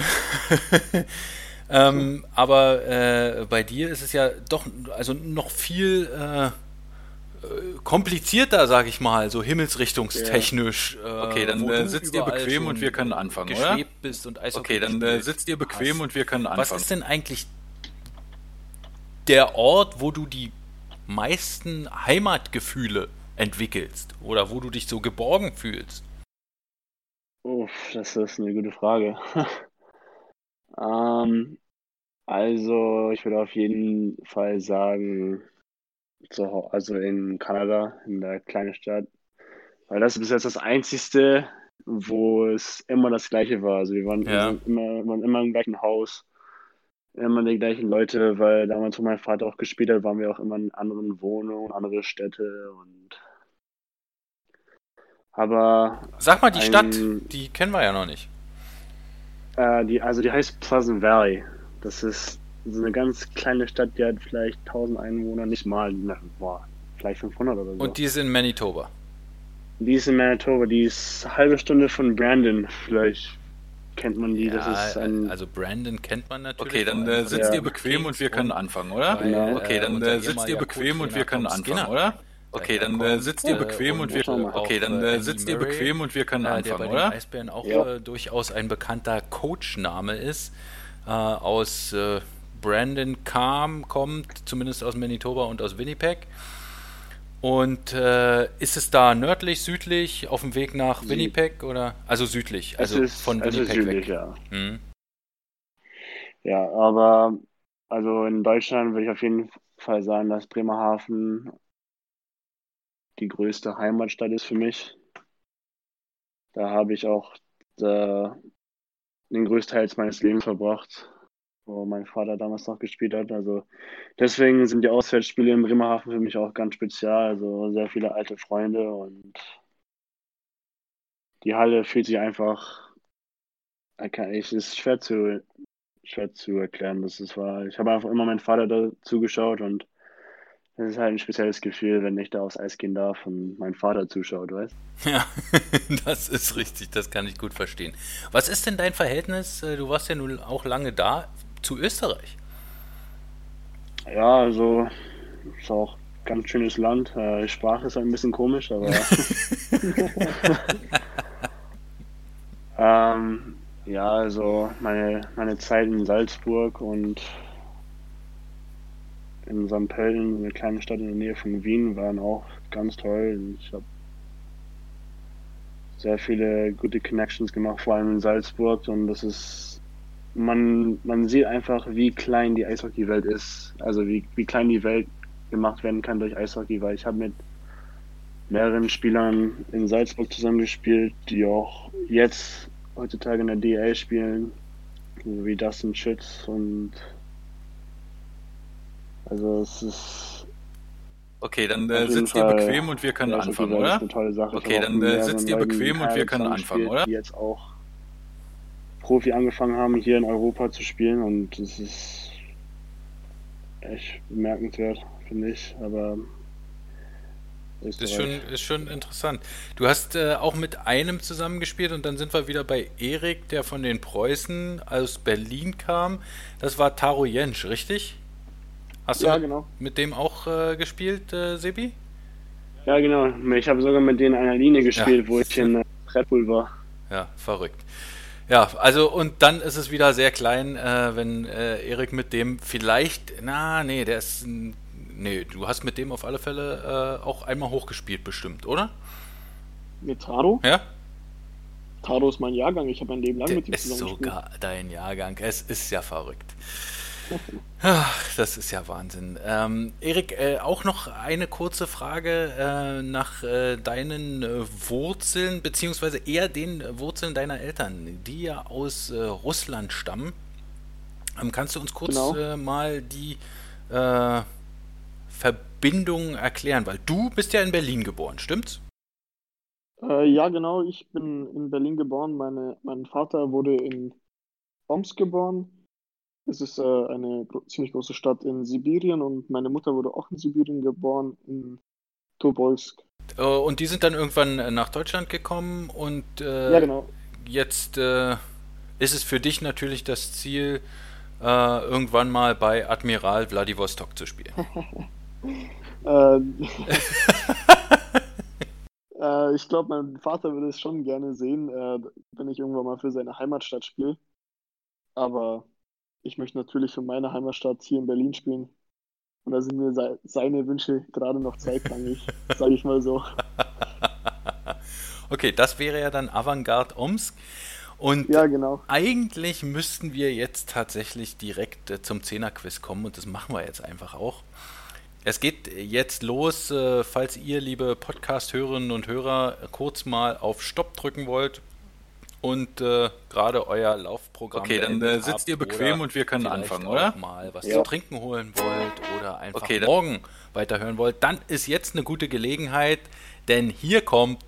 ähm, aber äh, bei dir ist es ja doch also noch viel äh, äh, komplizierter, sag ich mal, so himmelsrichtungstechnisch. Äh, Okay, dann wo äh, du sitzt ihr überall bequem schon und wir können anfangen, oder? geschwebt bist und Eishockey Okay, dann äh, gespielt sitzt ihr bequem hast. und wir können Was anfangen. ist denn eigentlich der Ort, wo du die meisten Heimatgefühle entwickelst oder wo du dich so geborgen fühlst? Uff, das ist eine gute Frage. Ähm, also, ich würde auf jeden Fall sagen, zu, Hau- also in Kanada, in der kleinen Stadt, weil das ist bis jetzt das Einzigste, wo es immer das Gleiche war. Also wir waren, wir Ja. sind immer, wir waren immer im gleichen Haus, immer die gleichen Leute, weil damals, wo mein Vater auch gespielt hat, waren wir auch immer in anderen Wohnungen, andere Städte und aber Sag mal die ein- Stadt, die kennen wir ja noch nicht. Äh, die, also die heißt Pleasant Valley. Das ist so eine ganz kleine Stadt, die hat vielleicht tausend Einwohner, nicht mal, ne, boah, vielleicht fünfhundert oder so. Und die ist in Manitoba. Die ist in Manitoba, die ist eine halbe Stunde von Brandon. Vielleicht kennt man die, das ist ein... also Brandon kennt man natürlich. Okay, dann vor allem äh, von sitzt Ja. ihr bequem und wir können anfangen, oder? Weil, Genau. Okay, dann unser äh, sitzt ihr ehemaliger bequem und Co-Trainer wir können Tom anfangen, Skinner oder? Okay, dann äh, daherkommt, sitzt ihr äh, bequem und wir schauen wir mal. Okay, dann auch, äh, äh, sitzt Andy ihr Murray, bequem und wir können äh, der bei anfangen, den oder? Eisbären auch Ja. äh, durchaus ein bekannter Coachname ist. Äh, aus äh, Brandon kam, kommt zumindest aus Manitoba und aus Winnipeg. Und äh, ist es da nördlich, südlich, auf dem Weg nach Süd. Winnipeg oder? Also südlich, also es ist, von es ist Winnipeg südlich, weg. ja. Hm. Ja, aber also in Deutschland würde ich auf jeden Fall sagen, dass Bremerhaven die größte Heimatstadt ist für mich. Da habe ich auch äh, den größten Teil meines Lebens verbracht, wo mein Vater damals noch gespielt hat. Also deswegen sind die Auswärtsspiele in Bremerhaven für mich auch ganz spezial. Also sehr viele alte Freunde und die Halle fühlt sich einfach, es ist schwer zu, schwer zu erklären. Das ist, war, ich habe einfach immer meinen Vater da zugeschaut und das ist halt ein spezielles Gefühl, wenn ich da aufs Eis gehen darf und mein Vater zuschaut, weißt du? Ja, das ist richtig, das kann ich gut verstehen. Was ist denn dein Verhältnis, äh, du warst ja nun auch lange da, zu Österreich? Ja, also ist auch ein ganz schönes Land. Äh, Die Sprache ist halt ein bisschen komisch, aber ähm, ja, also meine, meine Zeit in Salzburg und in Sankt Pölten, eine kleine Stadt in der Nähe von Wien, waren auch ganz toll. Ich habe sehr viele gute Connections gemacht, vor allem in Salzburg. Und das ist, man, man sieht einfach, wie klein die Eishockeywelt ist. Also wie, wie klein die Welt gemacht werden kann durch Eishockey, weil ich habe mit mehreren Spielern in Salzburg zusammengespielt, die auch jetzt heutzutage in der D E L spielen, wie Dustin Schütz und also es ist Okay, dann auf äh, jeden sitzt ihr Fall, bequem und wir können ja, anfangen, Eishockey-Welt ist oder? eine tolle Sache. Ich Okay, habe auch dann mit äh, mehreren sitzt ihr Leuten bequem und wir können zusammengespielt, anfangen, oder? die jetzt auch Profi angefangen haben, hier in Europa zu spielen und es ist echt bemerkenswert, finde ich, aber Das ist schon, ist schon interessant. Du hast äh, auch mit einem zusammengespielt und dann sind wir wieder bei Erik, der von den Preußen aus Berlin kam. Das war Taro Jentsch, richtig? Hast Ja, du genau. mit dem auch äh, gespielt, äh, Sebi? Ja, genau. Ich habe sogar mit denen in einer Linie gespielt, Ja. wo ich in äh, Red Bull war. Ja, verrückt. Ja, also und dann ist es wieder sehr klein, äh, wenn äh, Erik mit dem vielleicht, na, nee, der ist, ein- nee, du hast mit dem auf alle Fälle äh, auch einmal hochgespielt bestimmt, oder? Mit Taro? Ja? Taro ist mein Jahrgang, ich habe mein Leben lang Der mit ihm ist zusammen gespielt. sogar dein Jahrgang, es ist ja verrückt. Ach, das ist ja Wahnsinn. Ähm, Erik, äh, auch noch eine kurze Frage äh, nach äh, deinen äh, Wurzeln, beziehungsweise eher den äh, Wurzeln deiner Eltern, die ja aus äh, Russland stammen. Ähm, kannst du uns kurz Genau. äh, mal die äh, Verbindung erklären? Weil du bist ja in Berlin geboren, stimmt's? Äh, ja, genau, ich bin in Berlin geboren. Meine, mein Vater wurde in Omsk geboren. Es ist äh, eine gro ziemlich große Stadt in Sibirien und meine Mutter wurde auch in Sibirien geboren, in Tobolsk. Äh, und die sind dann irgendwann äh, nach Deutschland gekommen und äh, Ja, genau. jetzt äh, ist es für dich natürlich das Ziel, äh, irgendwann mal bei Admiral Wladiwostok zu spielen. Äh, äh, ich glaube, mein Vater würde es schon gerne sehen, äh, wenn ich irgendwann mal für seine Heimatstadt spiele. Aber ich möchte natürlich für meine Heimatstadt hier in Berlin spielen. Und da sind mir sei seine Wünsche gerade noch zweitrangig, sage ich mal so. Okay, das wäre ja dann Avantgarde Omsk. Und Ja, genau. eigentlich müssten wir jetzt tatsächlich direkt äh, zum Zehner-Quiz kommen und das machen wir jetzt einfach auch. Es geht jetzt los, äh, falls ihr, liebe Podcast-Hörerinnen und Hörer, kurz mal auf Stopp drücken wollt und äh, gerade euer Laufprogramm Okay, dann, beendet äh, sitzt habt ihr bequem oder und wir können vielleicht anfangen, auch oder? mal was Ja. zu trinken holen wollt oder einfach Okay, dann- morgen weiterhören wollt, dann ist jetzt eine gute Gelegenheit, denn hier kommt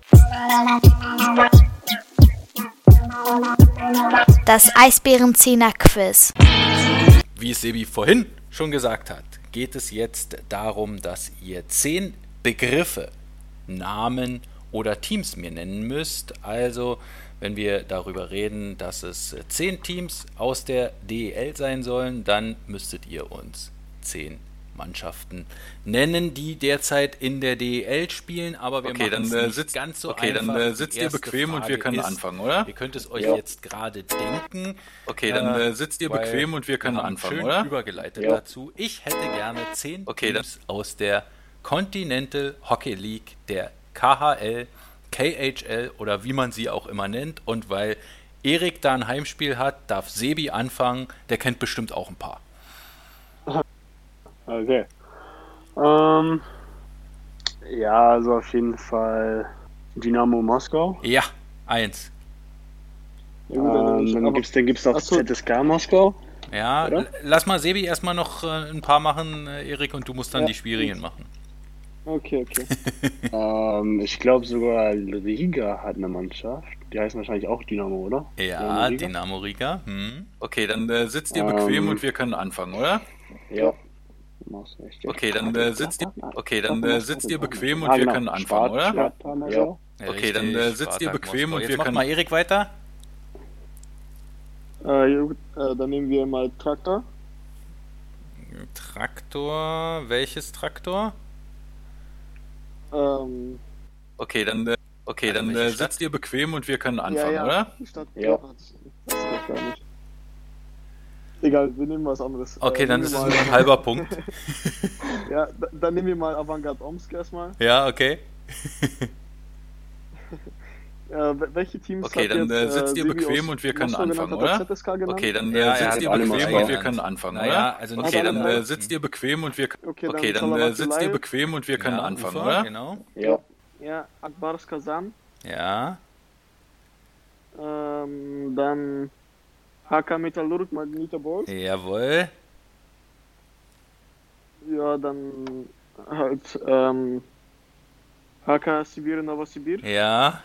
Das Eisbärenzehner-Quiz. Wie es Sebi vorhin schon gesagt hat, geht es jetzt darum, dass ihr zehn Begriffe, Namen oder Teams mir nennen müsst. Also, wenn wir darüber reden, dass es zehn Teams aus der D E L sein sollen, dann müsstet ihr uns zehn Mannschaften nennen, die derzeit in der D E L spielen, aber wir Okay, machen dann, es äh, nicht sitzt- ganz so okay, dann, einfach. äh, Die sitzt ihr erste bequem und wir Frage können ist, anfangen, oder? Ihr könnt es euch Ja. jetzt gerade denken. Okay, dann äh, sitzt ihr weil bequem und wir können haben anfangen, schön oder? übergeleitet Ja. dazu. Ich hätte gerne zehn Okay, dann- Teams aus der Continental Hockey League, der K H L, K H L oder wie man sie auch immer nennt. Und weil Erik da ein Heimspiel hat, darf Sebi anfangen. Der kennt bestimmt auch ein paar. Okay. Ähm, ja, also auf jeden Fall Dynamo Moskau. Ja, eins. Ja, gut, dann nehme Ähm, ich, dann aber- gibt's, dann gibt's noch Ach so. Z S K Moskau. Ja, Oder? l- lass mal Sebi erstmal noch äh, ein paar machen, äh, Erik, und du musst dann Ja. die schwierigen machen. Okay, okay. Ähm, ich glaube sogar Riga hat eine Mannschaft. Die heißen wahrscheinlich auch Dynamo, oder? Ja, Riga? Dynamo Riga. Hm. Okay, dann äh, sitzt ihr bequem Ähm, und wir können anfangen, oder? Ja. Mach's richtig. Okay, dann äh, sitzt ihr okay, dann äh, sitzt ihr bequem und Ah, wir genau. können anfangen, oder? Sparta Moskau. Okay, dann, äh, sitzt ihr Spartak bequem Moskau. und Jetzt wir mach können- mal Erik weiter. Äh, ja, gut, äh, dann nehmen wir mal Traktor. Traktor, welches Traktor? Ähm, Okay, dann äh, okay, Also dann welche äh, Stadt? sitzt ihr bequem und wir können anfangen, ja, ja, oder? Die Stadt Ja. Gotthard. Das weiß ich gar nicht. Egal, wir nehmen was anderes. Okay, Äh, dann nehmen ist wir es mal- nur ein halber Punkt. Ja, da- dann nehmen wir mal Avantgarde Omsk erstmal. Ja, okay. Äh, wel- welche Teams Okay, hat dann jetzt, äh, sitzt ihr Sebi bequem aus und wir können Moskau genannt? anfangen, Hat er oder? Z S K genannt? Okay, dann Ja, äh, er sitzt hat ihr alle bequem Moskau und wir genannt. können anfangen, Naja, oder? also nicht Okay, alle dann drei. äh, sitzt ihr bequem und wir Okay, Okay, dann dann äh, sitzt ihr Salamatalai. bequem und wir können ja, anfangen, Ufer, oder? Genau. Ja. Ja, Akbars Kazan. Ja, Ähm, dann H K Metallurg Magnitobolsk. jawohl. Ja, dann halt ähm, H K Sibir Novosibir. Ja,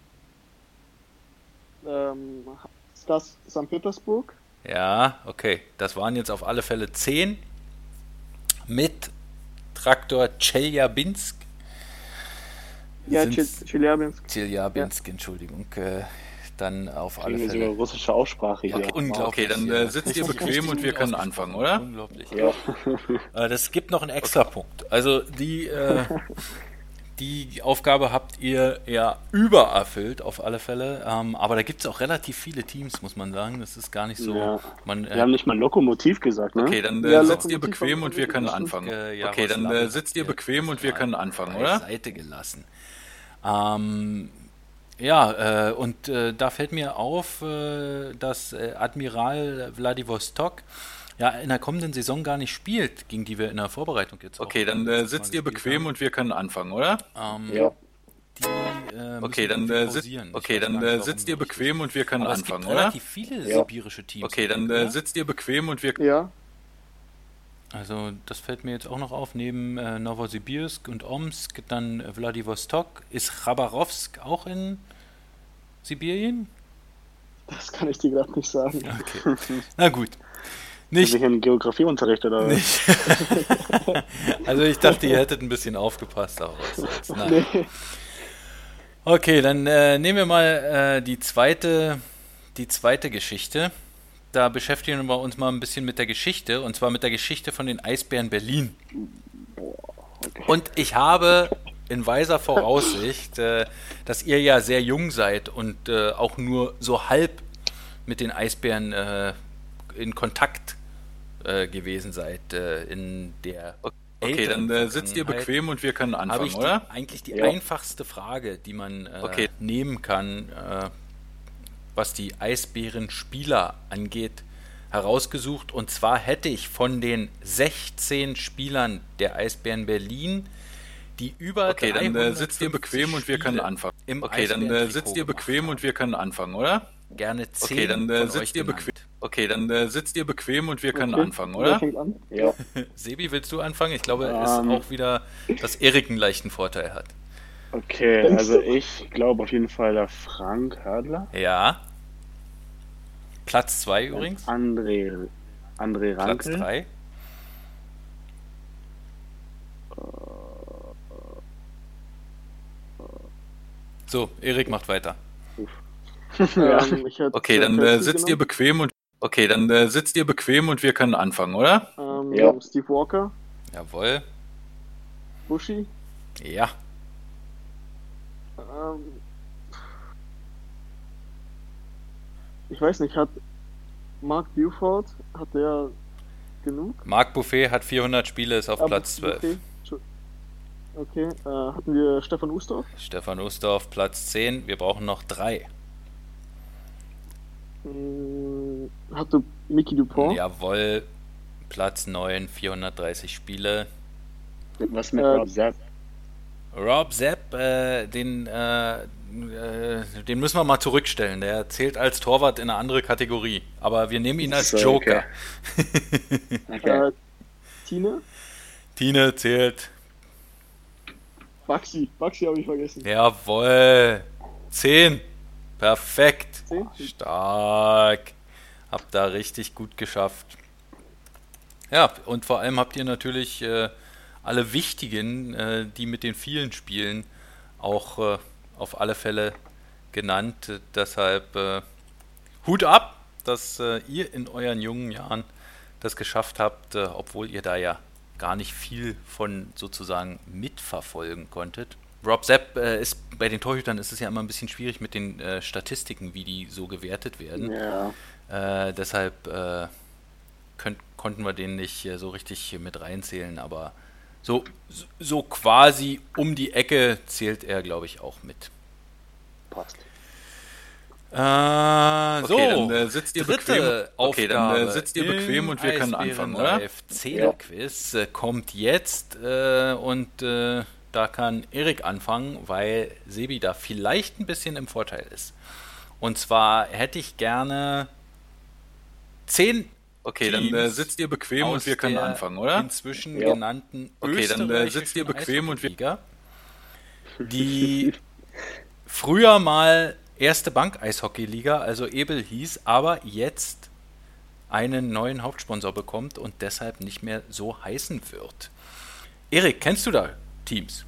Ähm, das Sankt Petersburg. ja, okay. Das waren jetzt auf alle Fälle zehn mit Traktor Tscheljabinsk. Ja, Sind's- Chel- Chelyabinsk. Tscheljabinsk, Entschuldigung. Äh, dann auf alle Kriegen wir sogar Fälle. russische Aussprache hier. Okay, unglaublich. Okay, dann ja. äh, sitzt ihr bequem und wir können anfangen, oder? Unglaublich. Ja. Äh, Das gibt noch einen extra Punkt. Also die, äh, die Aufgabe habt ihr ja übererfüllt, auf alle Fälle. Ähm, aber da gibt es auch relativ viele Teams, muss man sagen. Das ist gar nicht so. Ja. Man, äh, Wir haben nicht mal Lokomotiv gesagt, ne? Okay, dann äh, Ja, sitzt ihr Lokomotiv bequem haben und wir wir können bestimmt. anfangen. äh, ja, Okay, was dann Lammel äh, habt sitzt ihr bequem und wir mal können anfangen, oder? beiseite gelassen. Ähm, ja, äh, und äh, da fällt mir auf, äh, dass äh, Admiral Vladivostok ja in der kommenden Saison gar nicht spielt, gegen die wir in der Vorbereitung jetzt auch Okay, dann äh, sitzt ihr bequem und wir können anfangen, oder? ähm, Ja. die äh, müssen Okay, dann irgendwie äh, sitzt pausieren. Ich okay, weiß dann gar nicht, äh, warum sitzt ihr nicht. bequem und wir können Aber es anfangen, gibt oder? relativ viele Ja. sibirische Teams. Okay, dann oder? äh, sitzt ihr bequem und wir Ja, Also das fällt mir jetzt auch noch auf, neben äh, Novosibirsk und Omsk, dann äh, Vladivostok. Ist Chabarovsk auch in Sibirien? das kann ich dir gerade nicht sagen. Okay. Na gut. Nicht. Nicht, Sind wir hier im Geografieunterricht oder? nicht. Also ich dachte, ihr hättet ein bisschen aufgepasst auch. Jetzt. Nein. Nee. Okay, dann äh, nehmen wir mal äh, die zweite, die zweite Geschichte. Da beschäftigen wir uns mal ein bisschen mit der Geschichte, und zwar mit der Geschichte von den Eisbären Berlin. Und ich habe in weiser Voraussicht, äh, dass ihr ja sehr jung seid und äh, auch nur so halb mit den Eisbären äh, in Kontakt äh, gewesen seid äh, in der Okay, dann äh, sitzt ihr Vergangenheit, bequem und wir können habe anfangen, ich die, oder? eigentlich die Ja. einfachste Frage, die man äh, Okay. nehmen kann, äh, was die Eisbären-Spieler angeht, herausgesucht. Und zwar hätte ich von den sechzehn Spielern der Eisbären Berlin, die über Okay, dann äh, sitzt ihr bequem und wir können Spiele anfangen. im Okay, dann äh, Eisbären-Trikot sitzt ihr gemacht bequem haben. und wir können anfangen, oder? Gerne zehn Okay, dann äh, von sitzt euch ihr genannt. bequem. Okay, dann äh, sitzt ihr bequem und wir können Okay, anfangen, Wer oder? fängt an? Ja. Sebi, willst du anfangen? Ich glaube, es ist Ähm. auch wieder, dass Erik einen leichten Vorteil hat. Okay, Denkst also du? ich glaube auf jeden Fall der Frank Hördler. Ja. Platz zwei übrigens. André, André Platz Rankel. drei. So, Erik macht weiter. Ja. Ähm, ich hätte Okay, Jack dann äh, Presley sitzt ihr genommen. bequem und okay, dann äh, sitzt ihr bequem und wir können anfangen, oder? Ähm, Ja. Steve Walker, Jawohl. Bushi. Ja. Ähm, ich weiß nicht, hat Mark Buford, hat der genug? Marc Buffet hat vierhundert Spiele, ist auf Ah, Platz zwölf. Okay, Entschu- okay. Äh, hatten wir Stefan Ustorf? Stefan Ustorf, Platz zehn. Wir brauchen noch drei. Hm, hatte Mickey Dupont? Jawohl. Platz neun, vierhundertdreißig Spiele. Was mit Äh, Rob Zapp? Rob Zapp, äh, den, äh, äh, den müssen wir mal zurückstellen. Der zählt als Torwart in eine andere Kategorie. Aber wir nehmen ihn als So, Joker. Okay. Äh, Tine? Tine zählt. Baxi, Baxi habe ich vergessen. Jawohl. zehn. Perfekt. Zehn? Stark. Habt da richtig gut geschafft. Ja, und vor allem habt ihr natürlich äh, alle wichtigen, äh, die mit den vielen Spielen auch äh, auf alle Fälle genannt. Äh, deshalb äh, Hut ab, dass äh, ihr in euren jungen Jahren das geschafft habt, äh, obwohl ihr da ja gar nicht viel von sozusagen mitverfolgen konntet. Rob Zapp äh, ist bei den Torhütern ist es ja immer ein bisschen schwierig mit den äh, Statistiken, wie die so gewertet werden. Ja. Äh, deshalb äh, könnt, konnten wir den nicht äh, so richtig mit reinzählen, aber so, so quasi um die Ecke zählt er, glaube ich, auch mit. Passt. Äh, so, Okay, dann äh, sitzt ihr dritte bequem. Okay, dann äh, Aufgabe sitzt ihr bequem im und wir können anfangen, oder? Eisbären-Live Zehner-Quiz äh, kommt jetzt äh, und äh, da kann Erik anfangen, weil Sebi da vielleicht ein bisschen im Vorteil ist. Und zwar hätte ich gerne zehn Okay, dann äh, Teams sitzt ihr bequem aus und wir können der anfangen, oder? inzwischen Ja. genannten Okay, dann, äh, sitzt ihr bequem und wir- Eishockeyliga, die früher mal erste Bank-Eishockey-Liga, also Ebel hieß, aber jetzt einen neuen Hauptsponsor bekommt und deshalb nicht mehr so heißen wird. Erik, kennst du da Teams?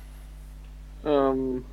Ähm,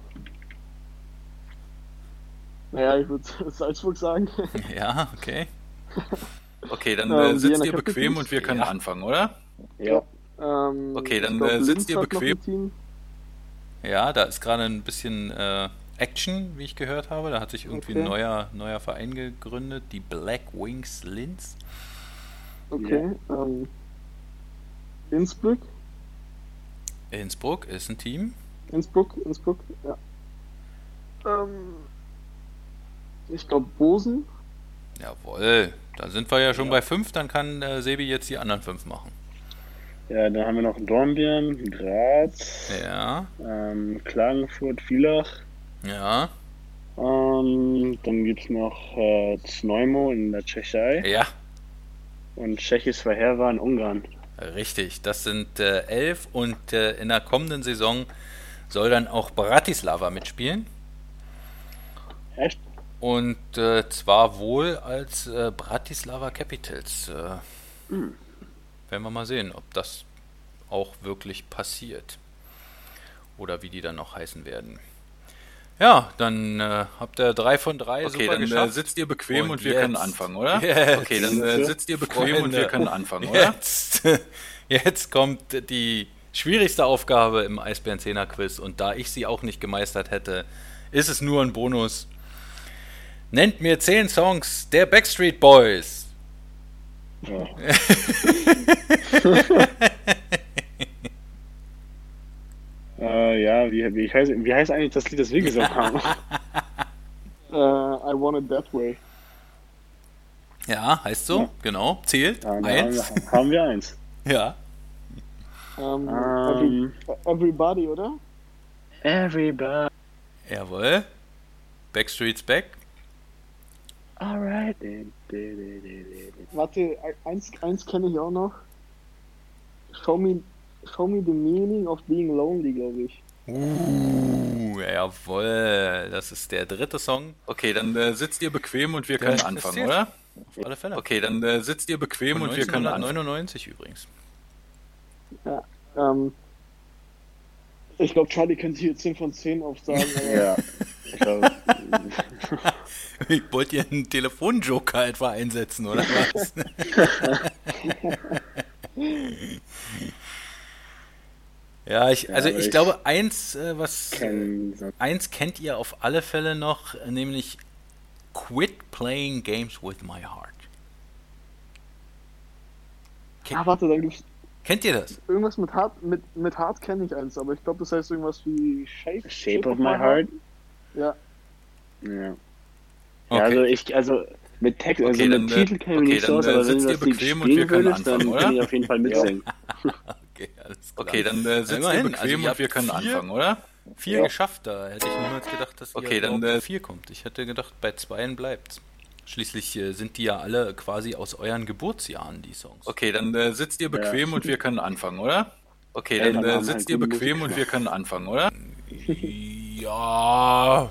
naja, ich würde Salzburg sagen. Ja, okay. Okay, dann Ähm, äh, sitzt Vienna ihr Capitals? bequem und wir können Ja. anfangen, oder? Ja. Ähm, Okay, dann, ich glaub, äh, sitzt Linz ihr hat noch bequem- ein Team. Ja, da ist gerade ein bisschen äh, Action, wie ich gehört habe. Da hat sich irgendwie Okay. ein neuer, neuer Verein gegründet, die Black Wings Linz. Okay. Ähm, Innsbruck? Innsbruck ist ein Team. Innsbruck, Innsbruck, ja. Ähm, ich glaube Bosen. Jawohl, da sind wir ja schon bei fünf, dann kann äh, Sebi jetzt die anderen fünf machen. Ja, dann haben wir noch Dornbirn, Graz, Ja, ähm, Klagenfurt, Villach. ja, Ähm, dann gibt es noch äh, Znojmo in der Tschechei ja, und Tschechischer Verheer in Ungarn. richtig. Das sind äh, elf und äh, in der kommenden Saison soll dann auch Bratislava mitspielen. Echt? Und äh, zwar wohl als äh, Bratislava Capitals. Äh, Werden wir mal sehen, ob das auch wirklich passiert. Oder wie die dann noch heißen werden. Ja, dann äh, habt ihr drei von drei Okay, super dann äh, geschafft. sitzt ihr bequem und, Und wir jetzt- können anfangen, oder? Jetzt- Okay, dann äh, sitzt ihr bequem und wir Freunde. können anfangen, oder? Jetzt, jetzt kommt die schwierigste Aufgabe im Eisbären-Zehner-Quiz und da ich sie auch nicht gemeistert hätte, ist es nur ein Bonus. Nennt mir zehn Songs der Backstreet Boys. Ja. äh, ja, wie, wie, heißt, wie heißt eigentlich das Lied, das wir gesungen haben? Äh, I Want It That Way. Ja, heißt so, Ja. genau. Zählt. Ja, dann haben, Eins. wir, haben wir eins. Ja. Ähm, Ähm. every, everybody, oder? Everybody. Jawohl. Backstreet's Back. Alright. Warte, eins, eins kenne ich auch noch. Show me, show me the meaning of being lonely, glaube ich. Uh, jawohl. Das ist der dritte Song. Okay, dann äh, sitzt ihr bequem und wir können das anfangen, zählt. oder? Auf alle Fälle. Okay, dann äh, sitzt ihr bequem Von und wir können anfangen. neunzehnhundertneunundneunzig übrigens. Ähm, ich glaube, Charlie könnte hier zehn von zehn aufsagen, aber Ja. Ich glaub, Wollt ihr einen Telefonjoker etwa einsetzen, oder was? Ja, ich, also aber ich ich glaube, eins, äh, was kenn so- eins kennt ihr auf alle Fälle noch, äh, nämlich Quit Playing Games with My Heart. ah, warte, dann gibt's Kennt ihr das? irgendwas mit Hart, mit, mit Hart kenne ich eins, aber ich glaube, das heißt irgendwas wie Shape, Shape of My Heart. Ja, Ja. Okay. Ja, also ich, also mit Text, also Okay, mit dann, äh, Titel kenne ich okay, nicht so dann, aus, äh, aber wenn sitzt du ihr das Lied bequem und wir spielen können würdest, dann anfangen, kann oder? ich auf jeden Fall mitsingen. Okay, alles klar. Okay, dann äh, sitzt ihr immerhin, bequem also ihr und wir habt können vier- anfangen, oder? Vier Ja. geschafft, da hätte ich niemals gedacht, dass ihr Okay, dann, überhaupt äh, auf vier kommt. Ich hätte gedacht, bei zweien bleibt's. Schließlich äh, sind die ja alle quasi aus euren Geburtsjahren, die Songs. Okay, dann äh, sitzt ihr bequem und wir können anfangen, oder? Okay, Ey, dann dann äh, haben wir sitzt halt ihr guten bequem und wir können anfangen, oder? Ja.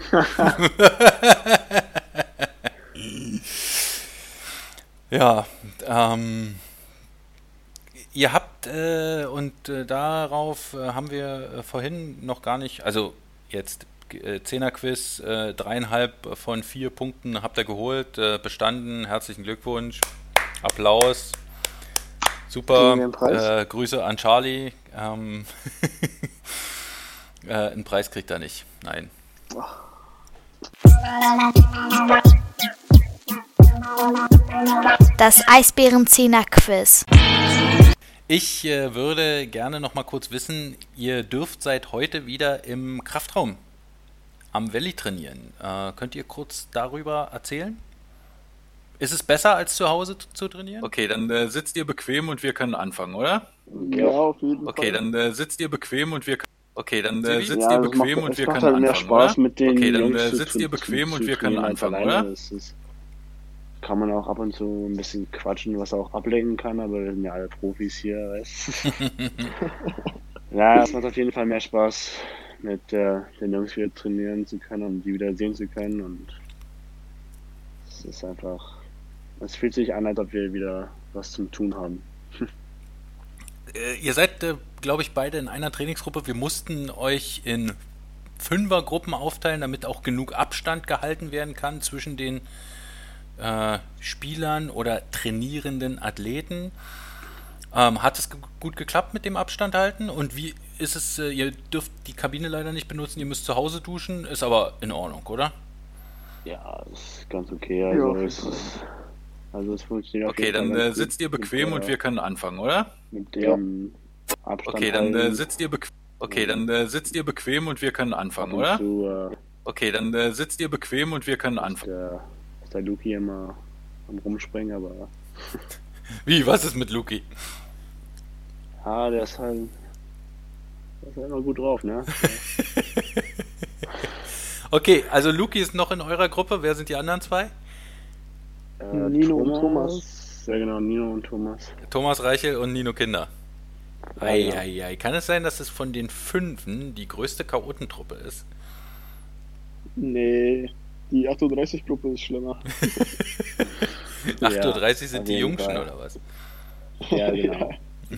Ja, ähm, ihr habt, äh, und äh, darauf äh, haben wir äh, vorhin noch gar nicht, also jetzt äh, Zehner-Quiz, äh, dreieinhalb von vier Punkten habt ihr geholt, äh, bestanden, herzlichen Glückwunsch, Applaus, super, Kriegen wir einen Preis? äh, Grüße an Charlie, ähm, äh, einen Preis kriegt er nicht, nein. Das Eisbärenzehner-Quiz. Ich äh, würde gerne noch mal kurz wissen, ihr dürft seit heute wieder im Kraftraum am Valley trainieren. Äh, könnt ihr kurz darüber erzählen? Ist es besser als zu Hause t- zu trainieren? Okay, dann äh, sitzt ihr bequem und wir können anfangen, oder? ja, auf jeden Okay, Fall. dann äh, sitzt ihr bequem und wir können. Okay, dann äh, Sebi? sitzt Ja, ihr es bequem macht, und es wir macht können halt mehr anfangen, Spaß oder? mit den Okay, dann Jungs äh, zu- sitzt zu- ihr bequem zu- und zu wir können trainieren als anfangen, alleine. oder? Das ist, kann man auch ab und zu ein bisschen quatschen, was auch ablenken kann, aber wir sind ja alle Profis hier, weißt du? Ja, es macht auf jeden Fall mehr Spaß, mit äh, den Jungs wieder trainieren zu können und die wieder sehen zu können und es ist einfach, es fühlt sich an, als ob wir wieder was zum Tun haben. Äh, ihr seid, äh, glaube ich, beide in einer Trainingsgruppe. Wir mussten euch in Fünfergruppen aufteilen, damit auch genug Abstand gehalten werden kann zwischen den äh, Spielern oder trainierenden Athleten. Ähm, hat es ge- gut geklappt mit dem Abstand halten? Und wie ist es, äh, ihr dürft die Kabine leider nicht benutzen, ihr müsst zu Hause duschen, ist aber in Ordnung, oder? Ja, ist ganz okay. Also, Ja. es, ist, also es funktioniert auf Okay, jeden Fall dann ganz äh, gut sitzt ihr mit bequem der- und wir können anfangen, oder? Mit dem Abstand Okay, dann äh, halten. sitzt ihr bequem. Okay, dann äh, sitzt ihr bequem und wir können Ab anfangen, und oder? zu äh, Okay, dann äh, sitzt ihr bequem und wir können ist anfangen. der, ist der Luki immer am Rumspringen, aber Wie, was ist mit Luki? ja, der ist halt, der ist halt immer gut drauf, ne? Okay, also Luki ist noch in eurer Gruppe, wer sind die anderen zwei? Äh, Nino und Thomas. Ja, genau, Nino und Thomas. Thomas Reichel und Nino Kinder. Ja, ja. Eieiei, kann es sein, dass es von den Fünfen die größte Chaotentruppe ist? Nee, die achtunddreißig-Gruppe ist schlimmer. acht Uhr dreißig sind auf die jeden Jungschen Fall. oder was? Ja, genau.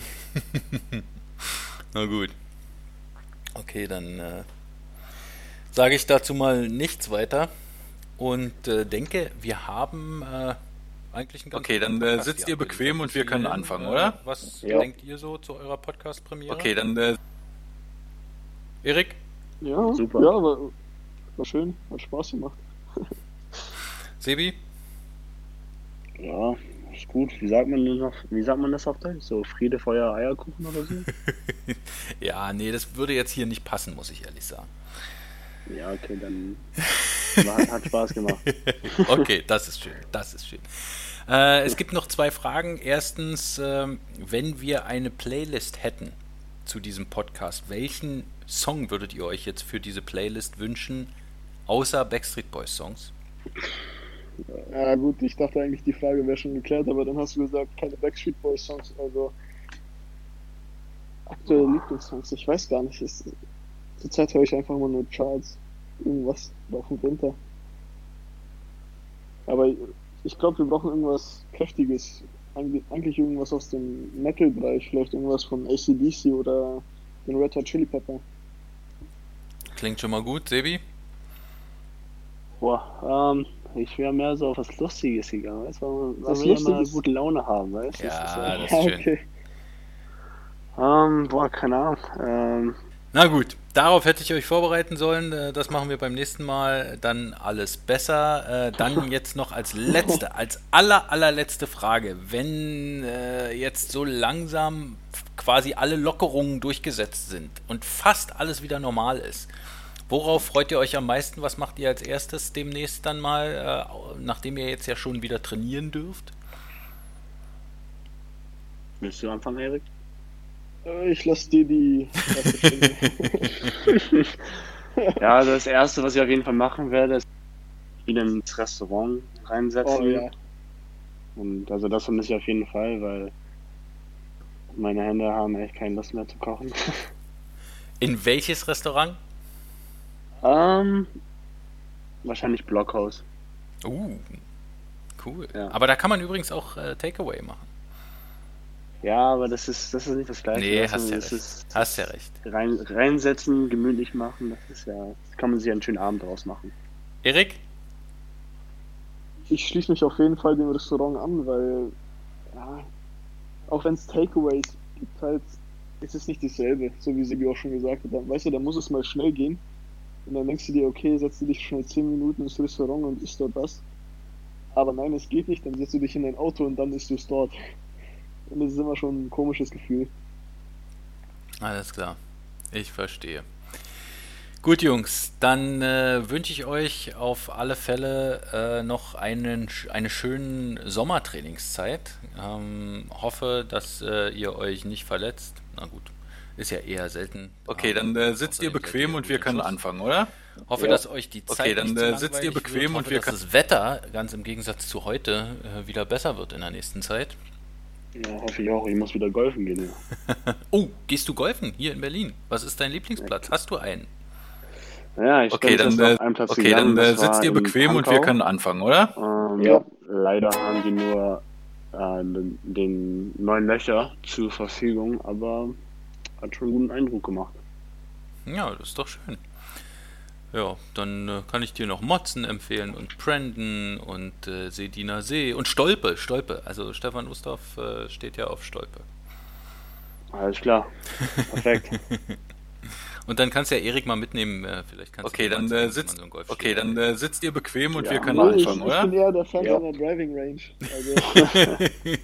Na gut. Okay, dann äh, sage ich dazu mal nichts weiter und äh, denke, wir haben äh, eigentlich einen ganz Okay, guten dann äh, Podcast sitzt hier ihr bequem und wir können abgeliefert. anfangen, Äh, oder? Was Ja. denkt ihr so zu eurer Podcast-Premiere? Okay, dann äh, Erik? Ja, Super. ja, war, war schön, hat Spaß gemacht. Sebi? Ja, ist gut. Wie sagt man denn noch, wie sagt man das auf Deutsch? So Friede, Feuer, Eierkuchen oder so? Ja, nee, das würde jetzt hier nicht passen, muss ich ehrlich sagen. Ja, okay, dann war, hat Spaß gemacht. Okay, das ist schön, das ist schön. Äh, es gibt noch zwei Fragen. Erstens, ähm, wenn wir eine Playlist hätten zu diesem Podcast, welchen Song würdet ihr euch jetzt für diese Playlist wünschen, außer Backstreet Boys Songs? Ja gut, ich dachte eigentlich, die Frage wäre schon geklärt, aber dann hast du gesagt, keine Backstreet Boys Songs, also aktuelle Lieblingssongs, ich weiß gar nicht. Ist, zurzeit höre ich einfach mal nur Charts, irgendwas rauf und runter. Aber ich glaube, wir brauchen irgendwas Kräftiges, Eig- eigentlich irgendwas aus dem Metal-Bereich, vielleicht irgendwas von A C D C oder den Red Hot Chili Pepper. Klingt schon mal gut, Sebi? Boah, ähm, ich wäre mehr so auf was Lustiges gegangen, weißt du, weil Was weil wir immer Lustiges? gute Laune haben, weißt du? Ja, Das ist, das äh, ist Ja, schön. okay. ähm, boah, keine Ahnung. Ähm, Na gut, darauf hätte ich euch vorbereiten sollen. äh, Das machen wir beim nächsten Mal dann alles besser. Äh, Dann jetzt noch als letzte, als aller, allerletzte Frage. Wenn äh, jetzt so langsam quasi alle Lockerungen durchgesetzt sind und fast alles wieder normal ist, worauf freut ihr euch am meisten? Was macht ihr als erstes demnächst dann mal, äh, nachdem ihr jetzt ja schon wieder trainieren dürft? willst du anfangen, Erik? Äh, Ich lasse dir die erste Stimme. Ja, also das erste, was ich auf jeden Fall machen werde, ist wieder ins Restaurant reinsetzen. Oh ja. Und also das vermisse ich auf jeden Fall, weil meine Hände haben echt keine Lust mehr zu kochen. In welches Restaurant? ähm, wahrscheinlich Blockhaus. Uh, cool. Ja. Aber da kann man übrigens auch äh, Takeaway machen. Ja, aber das ist das ist nicht das Gleiche. Nee, weißt du, hast ja das recht. ist Hast ja recht. rein, reinsetzen, gemütlich machen, das ist ja, das kann man sich einen schönen Abend draus machen. Erik? Ich schließe mich auf jeden Fall dem Restaurant an, weil, ja, auch wenn es Takeaways gibt, halt, ist es nicht dasselbe, so wie Sebi auch schon gesagt hat. Dann, weißt du, da muss es mal schnell gehen. Und dann denkst du dir, okay, setzt du dich schnell zehn Minuten ins Restaurant und isst dort das. Aber nein, es geht nicht, dann setzt du dich in dein Auto und dann isst du es dort. Und das ist immer schon ein komisches Gefühl. Alles klar. Ich verstehe. Gut, Jungs, dann äh, wünsche ich euch auf alle Fälle äh, noch einen, sch- eine schöne Sommertrainingszeit. Ähm, hoffe, dass äh, ihr euch nicht verletzt. Na gut, ist ja eher selten. okay, Aber dann äh, sitzt ihr außerdem seid bequem und wir gut im können Schuss. anfangen, oder? Hoffe, Ja. dass euch die Zeit Okay, dann, nicht zu äh, sitzt ihr langweilig bequem wird. und Hoffe, wir dass können- das Wetter, ganz im Gegensatz zu heute, äh, wieder besser wird in der nächsten Zeit. Ja, hoffe ich auch. Ich muss wieder golfen gehen. Ja, Oh, gehst du golfen hier in Berlin? Was ist dein Lieblingsplatz? Hast du einen? ja ich Okay, bin jetzt dann, erst äh, auf einem Platz okay, gegangen, dann äh, das war sitzt ihr in bequem und wir Pankow. können anfangen, oder? Ähm, Ja. Leider haben die nur äh, den, den neuen Löcher zur Verfügung, aber hat schon einen guten Eindruck gemacht. Ja, das ist doch schön. Ja, dann äh, kann ich dir noch Motzen empfehlen und Brandon und äh, Sediner See und Stolpe, Stolpe. Also Stefan Ustorf äh, steht ja auf Stolpe. Alles klar. Perfekt. Und dann kannst du ja Erik mal mitnehmen, äh, vielleicht kannst Okay, du dann, mal äh, zeigen, wie sitzt, man so einen Golf okay, spielt. dann äh, sitzt ihr bequem und Ja, wir können nee, Nee, ich, anfangen, ich oder? bin eher der Fan Ja. einer Driving Range. Also,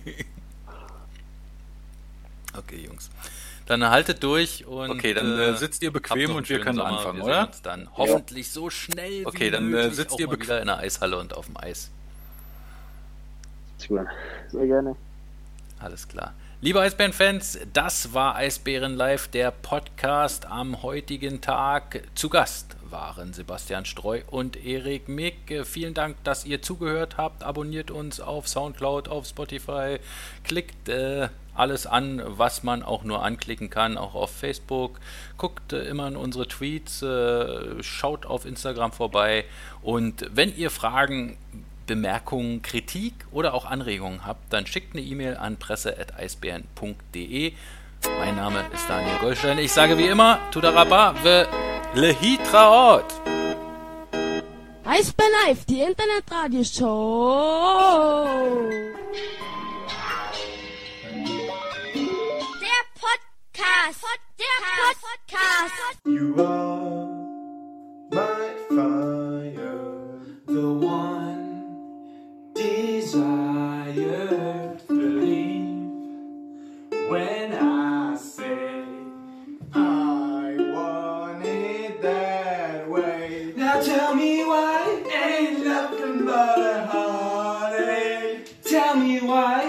Okay, Jungs. Dann haltet durch und Okay, dann äh, sitzt ihr habt bequem noch und einen wir schönen können Sommer. anfangen, wir oder? Sehen uns dann hoffentlich so schnell wie Okay, dann, äh, möglich sitzt auch ihr mal bequ- wieder in der Eishalle und auf dem Eis. Ist gut. sehr gerne. Alles klar. Liebe Eisbären-Fans, das war Eisbären Live, der Podcast am heutigen Tag. Zu Gast waren Sebastian Streu und Erik Mick. Äh, Vielen Dank, dass ihr zugehört habt. Abonniert uns auf Soundcloud, auf Spotify. Klickt äh, alles an, was man auch nur anklicken kann, auch auf Facebook. Guckt äh, immer in unsere Tweets, äh, schaut auf Instagram vorbei. Und wenn ihr Fragen, Bemerkungen, Kritik oder auch Anregungen habt, dann schickt eine E-Mail an presse at eisbären punkt de. Mein Name ist Daniel Goldstein. Ich sage wie immer, Tudaraba, ve lehitraot. Eisbär Live, die Internetradioshow. Der Podcast. Der Podcast. You are my fire, the one desired. Believe when I say I want it that way. Now tell me why ain't nothing but a heartache. Tell me why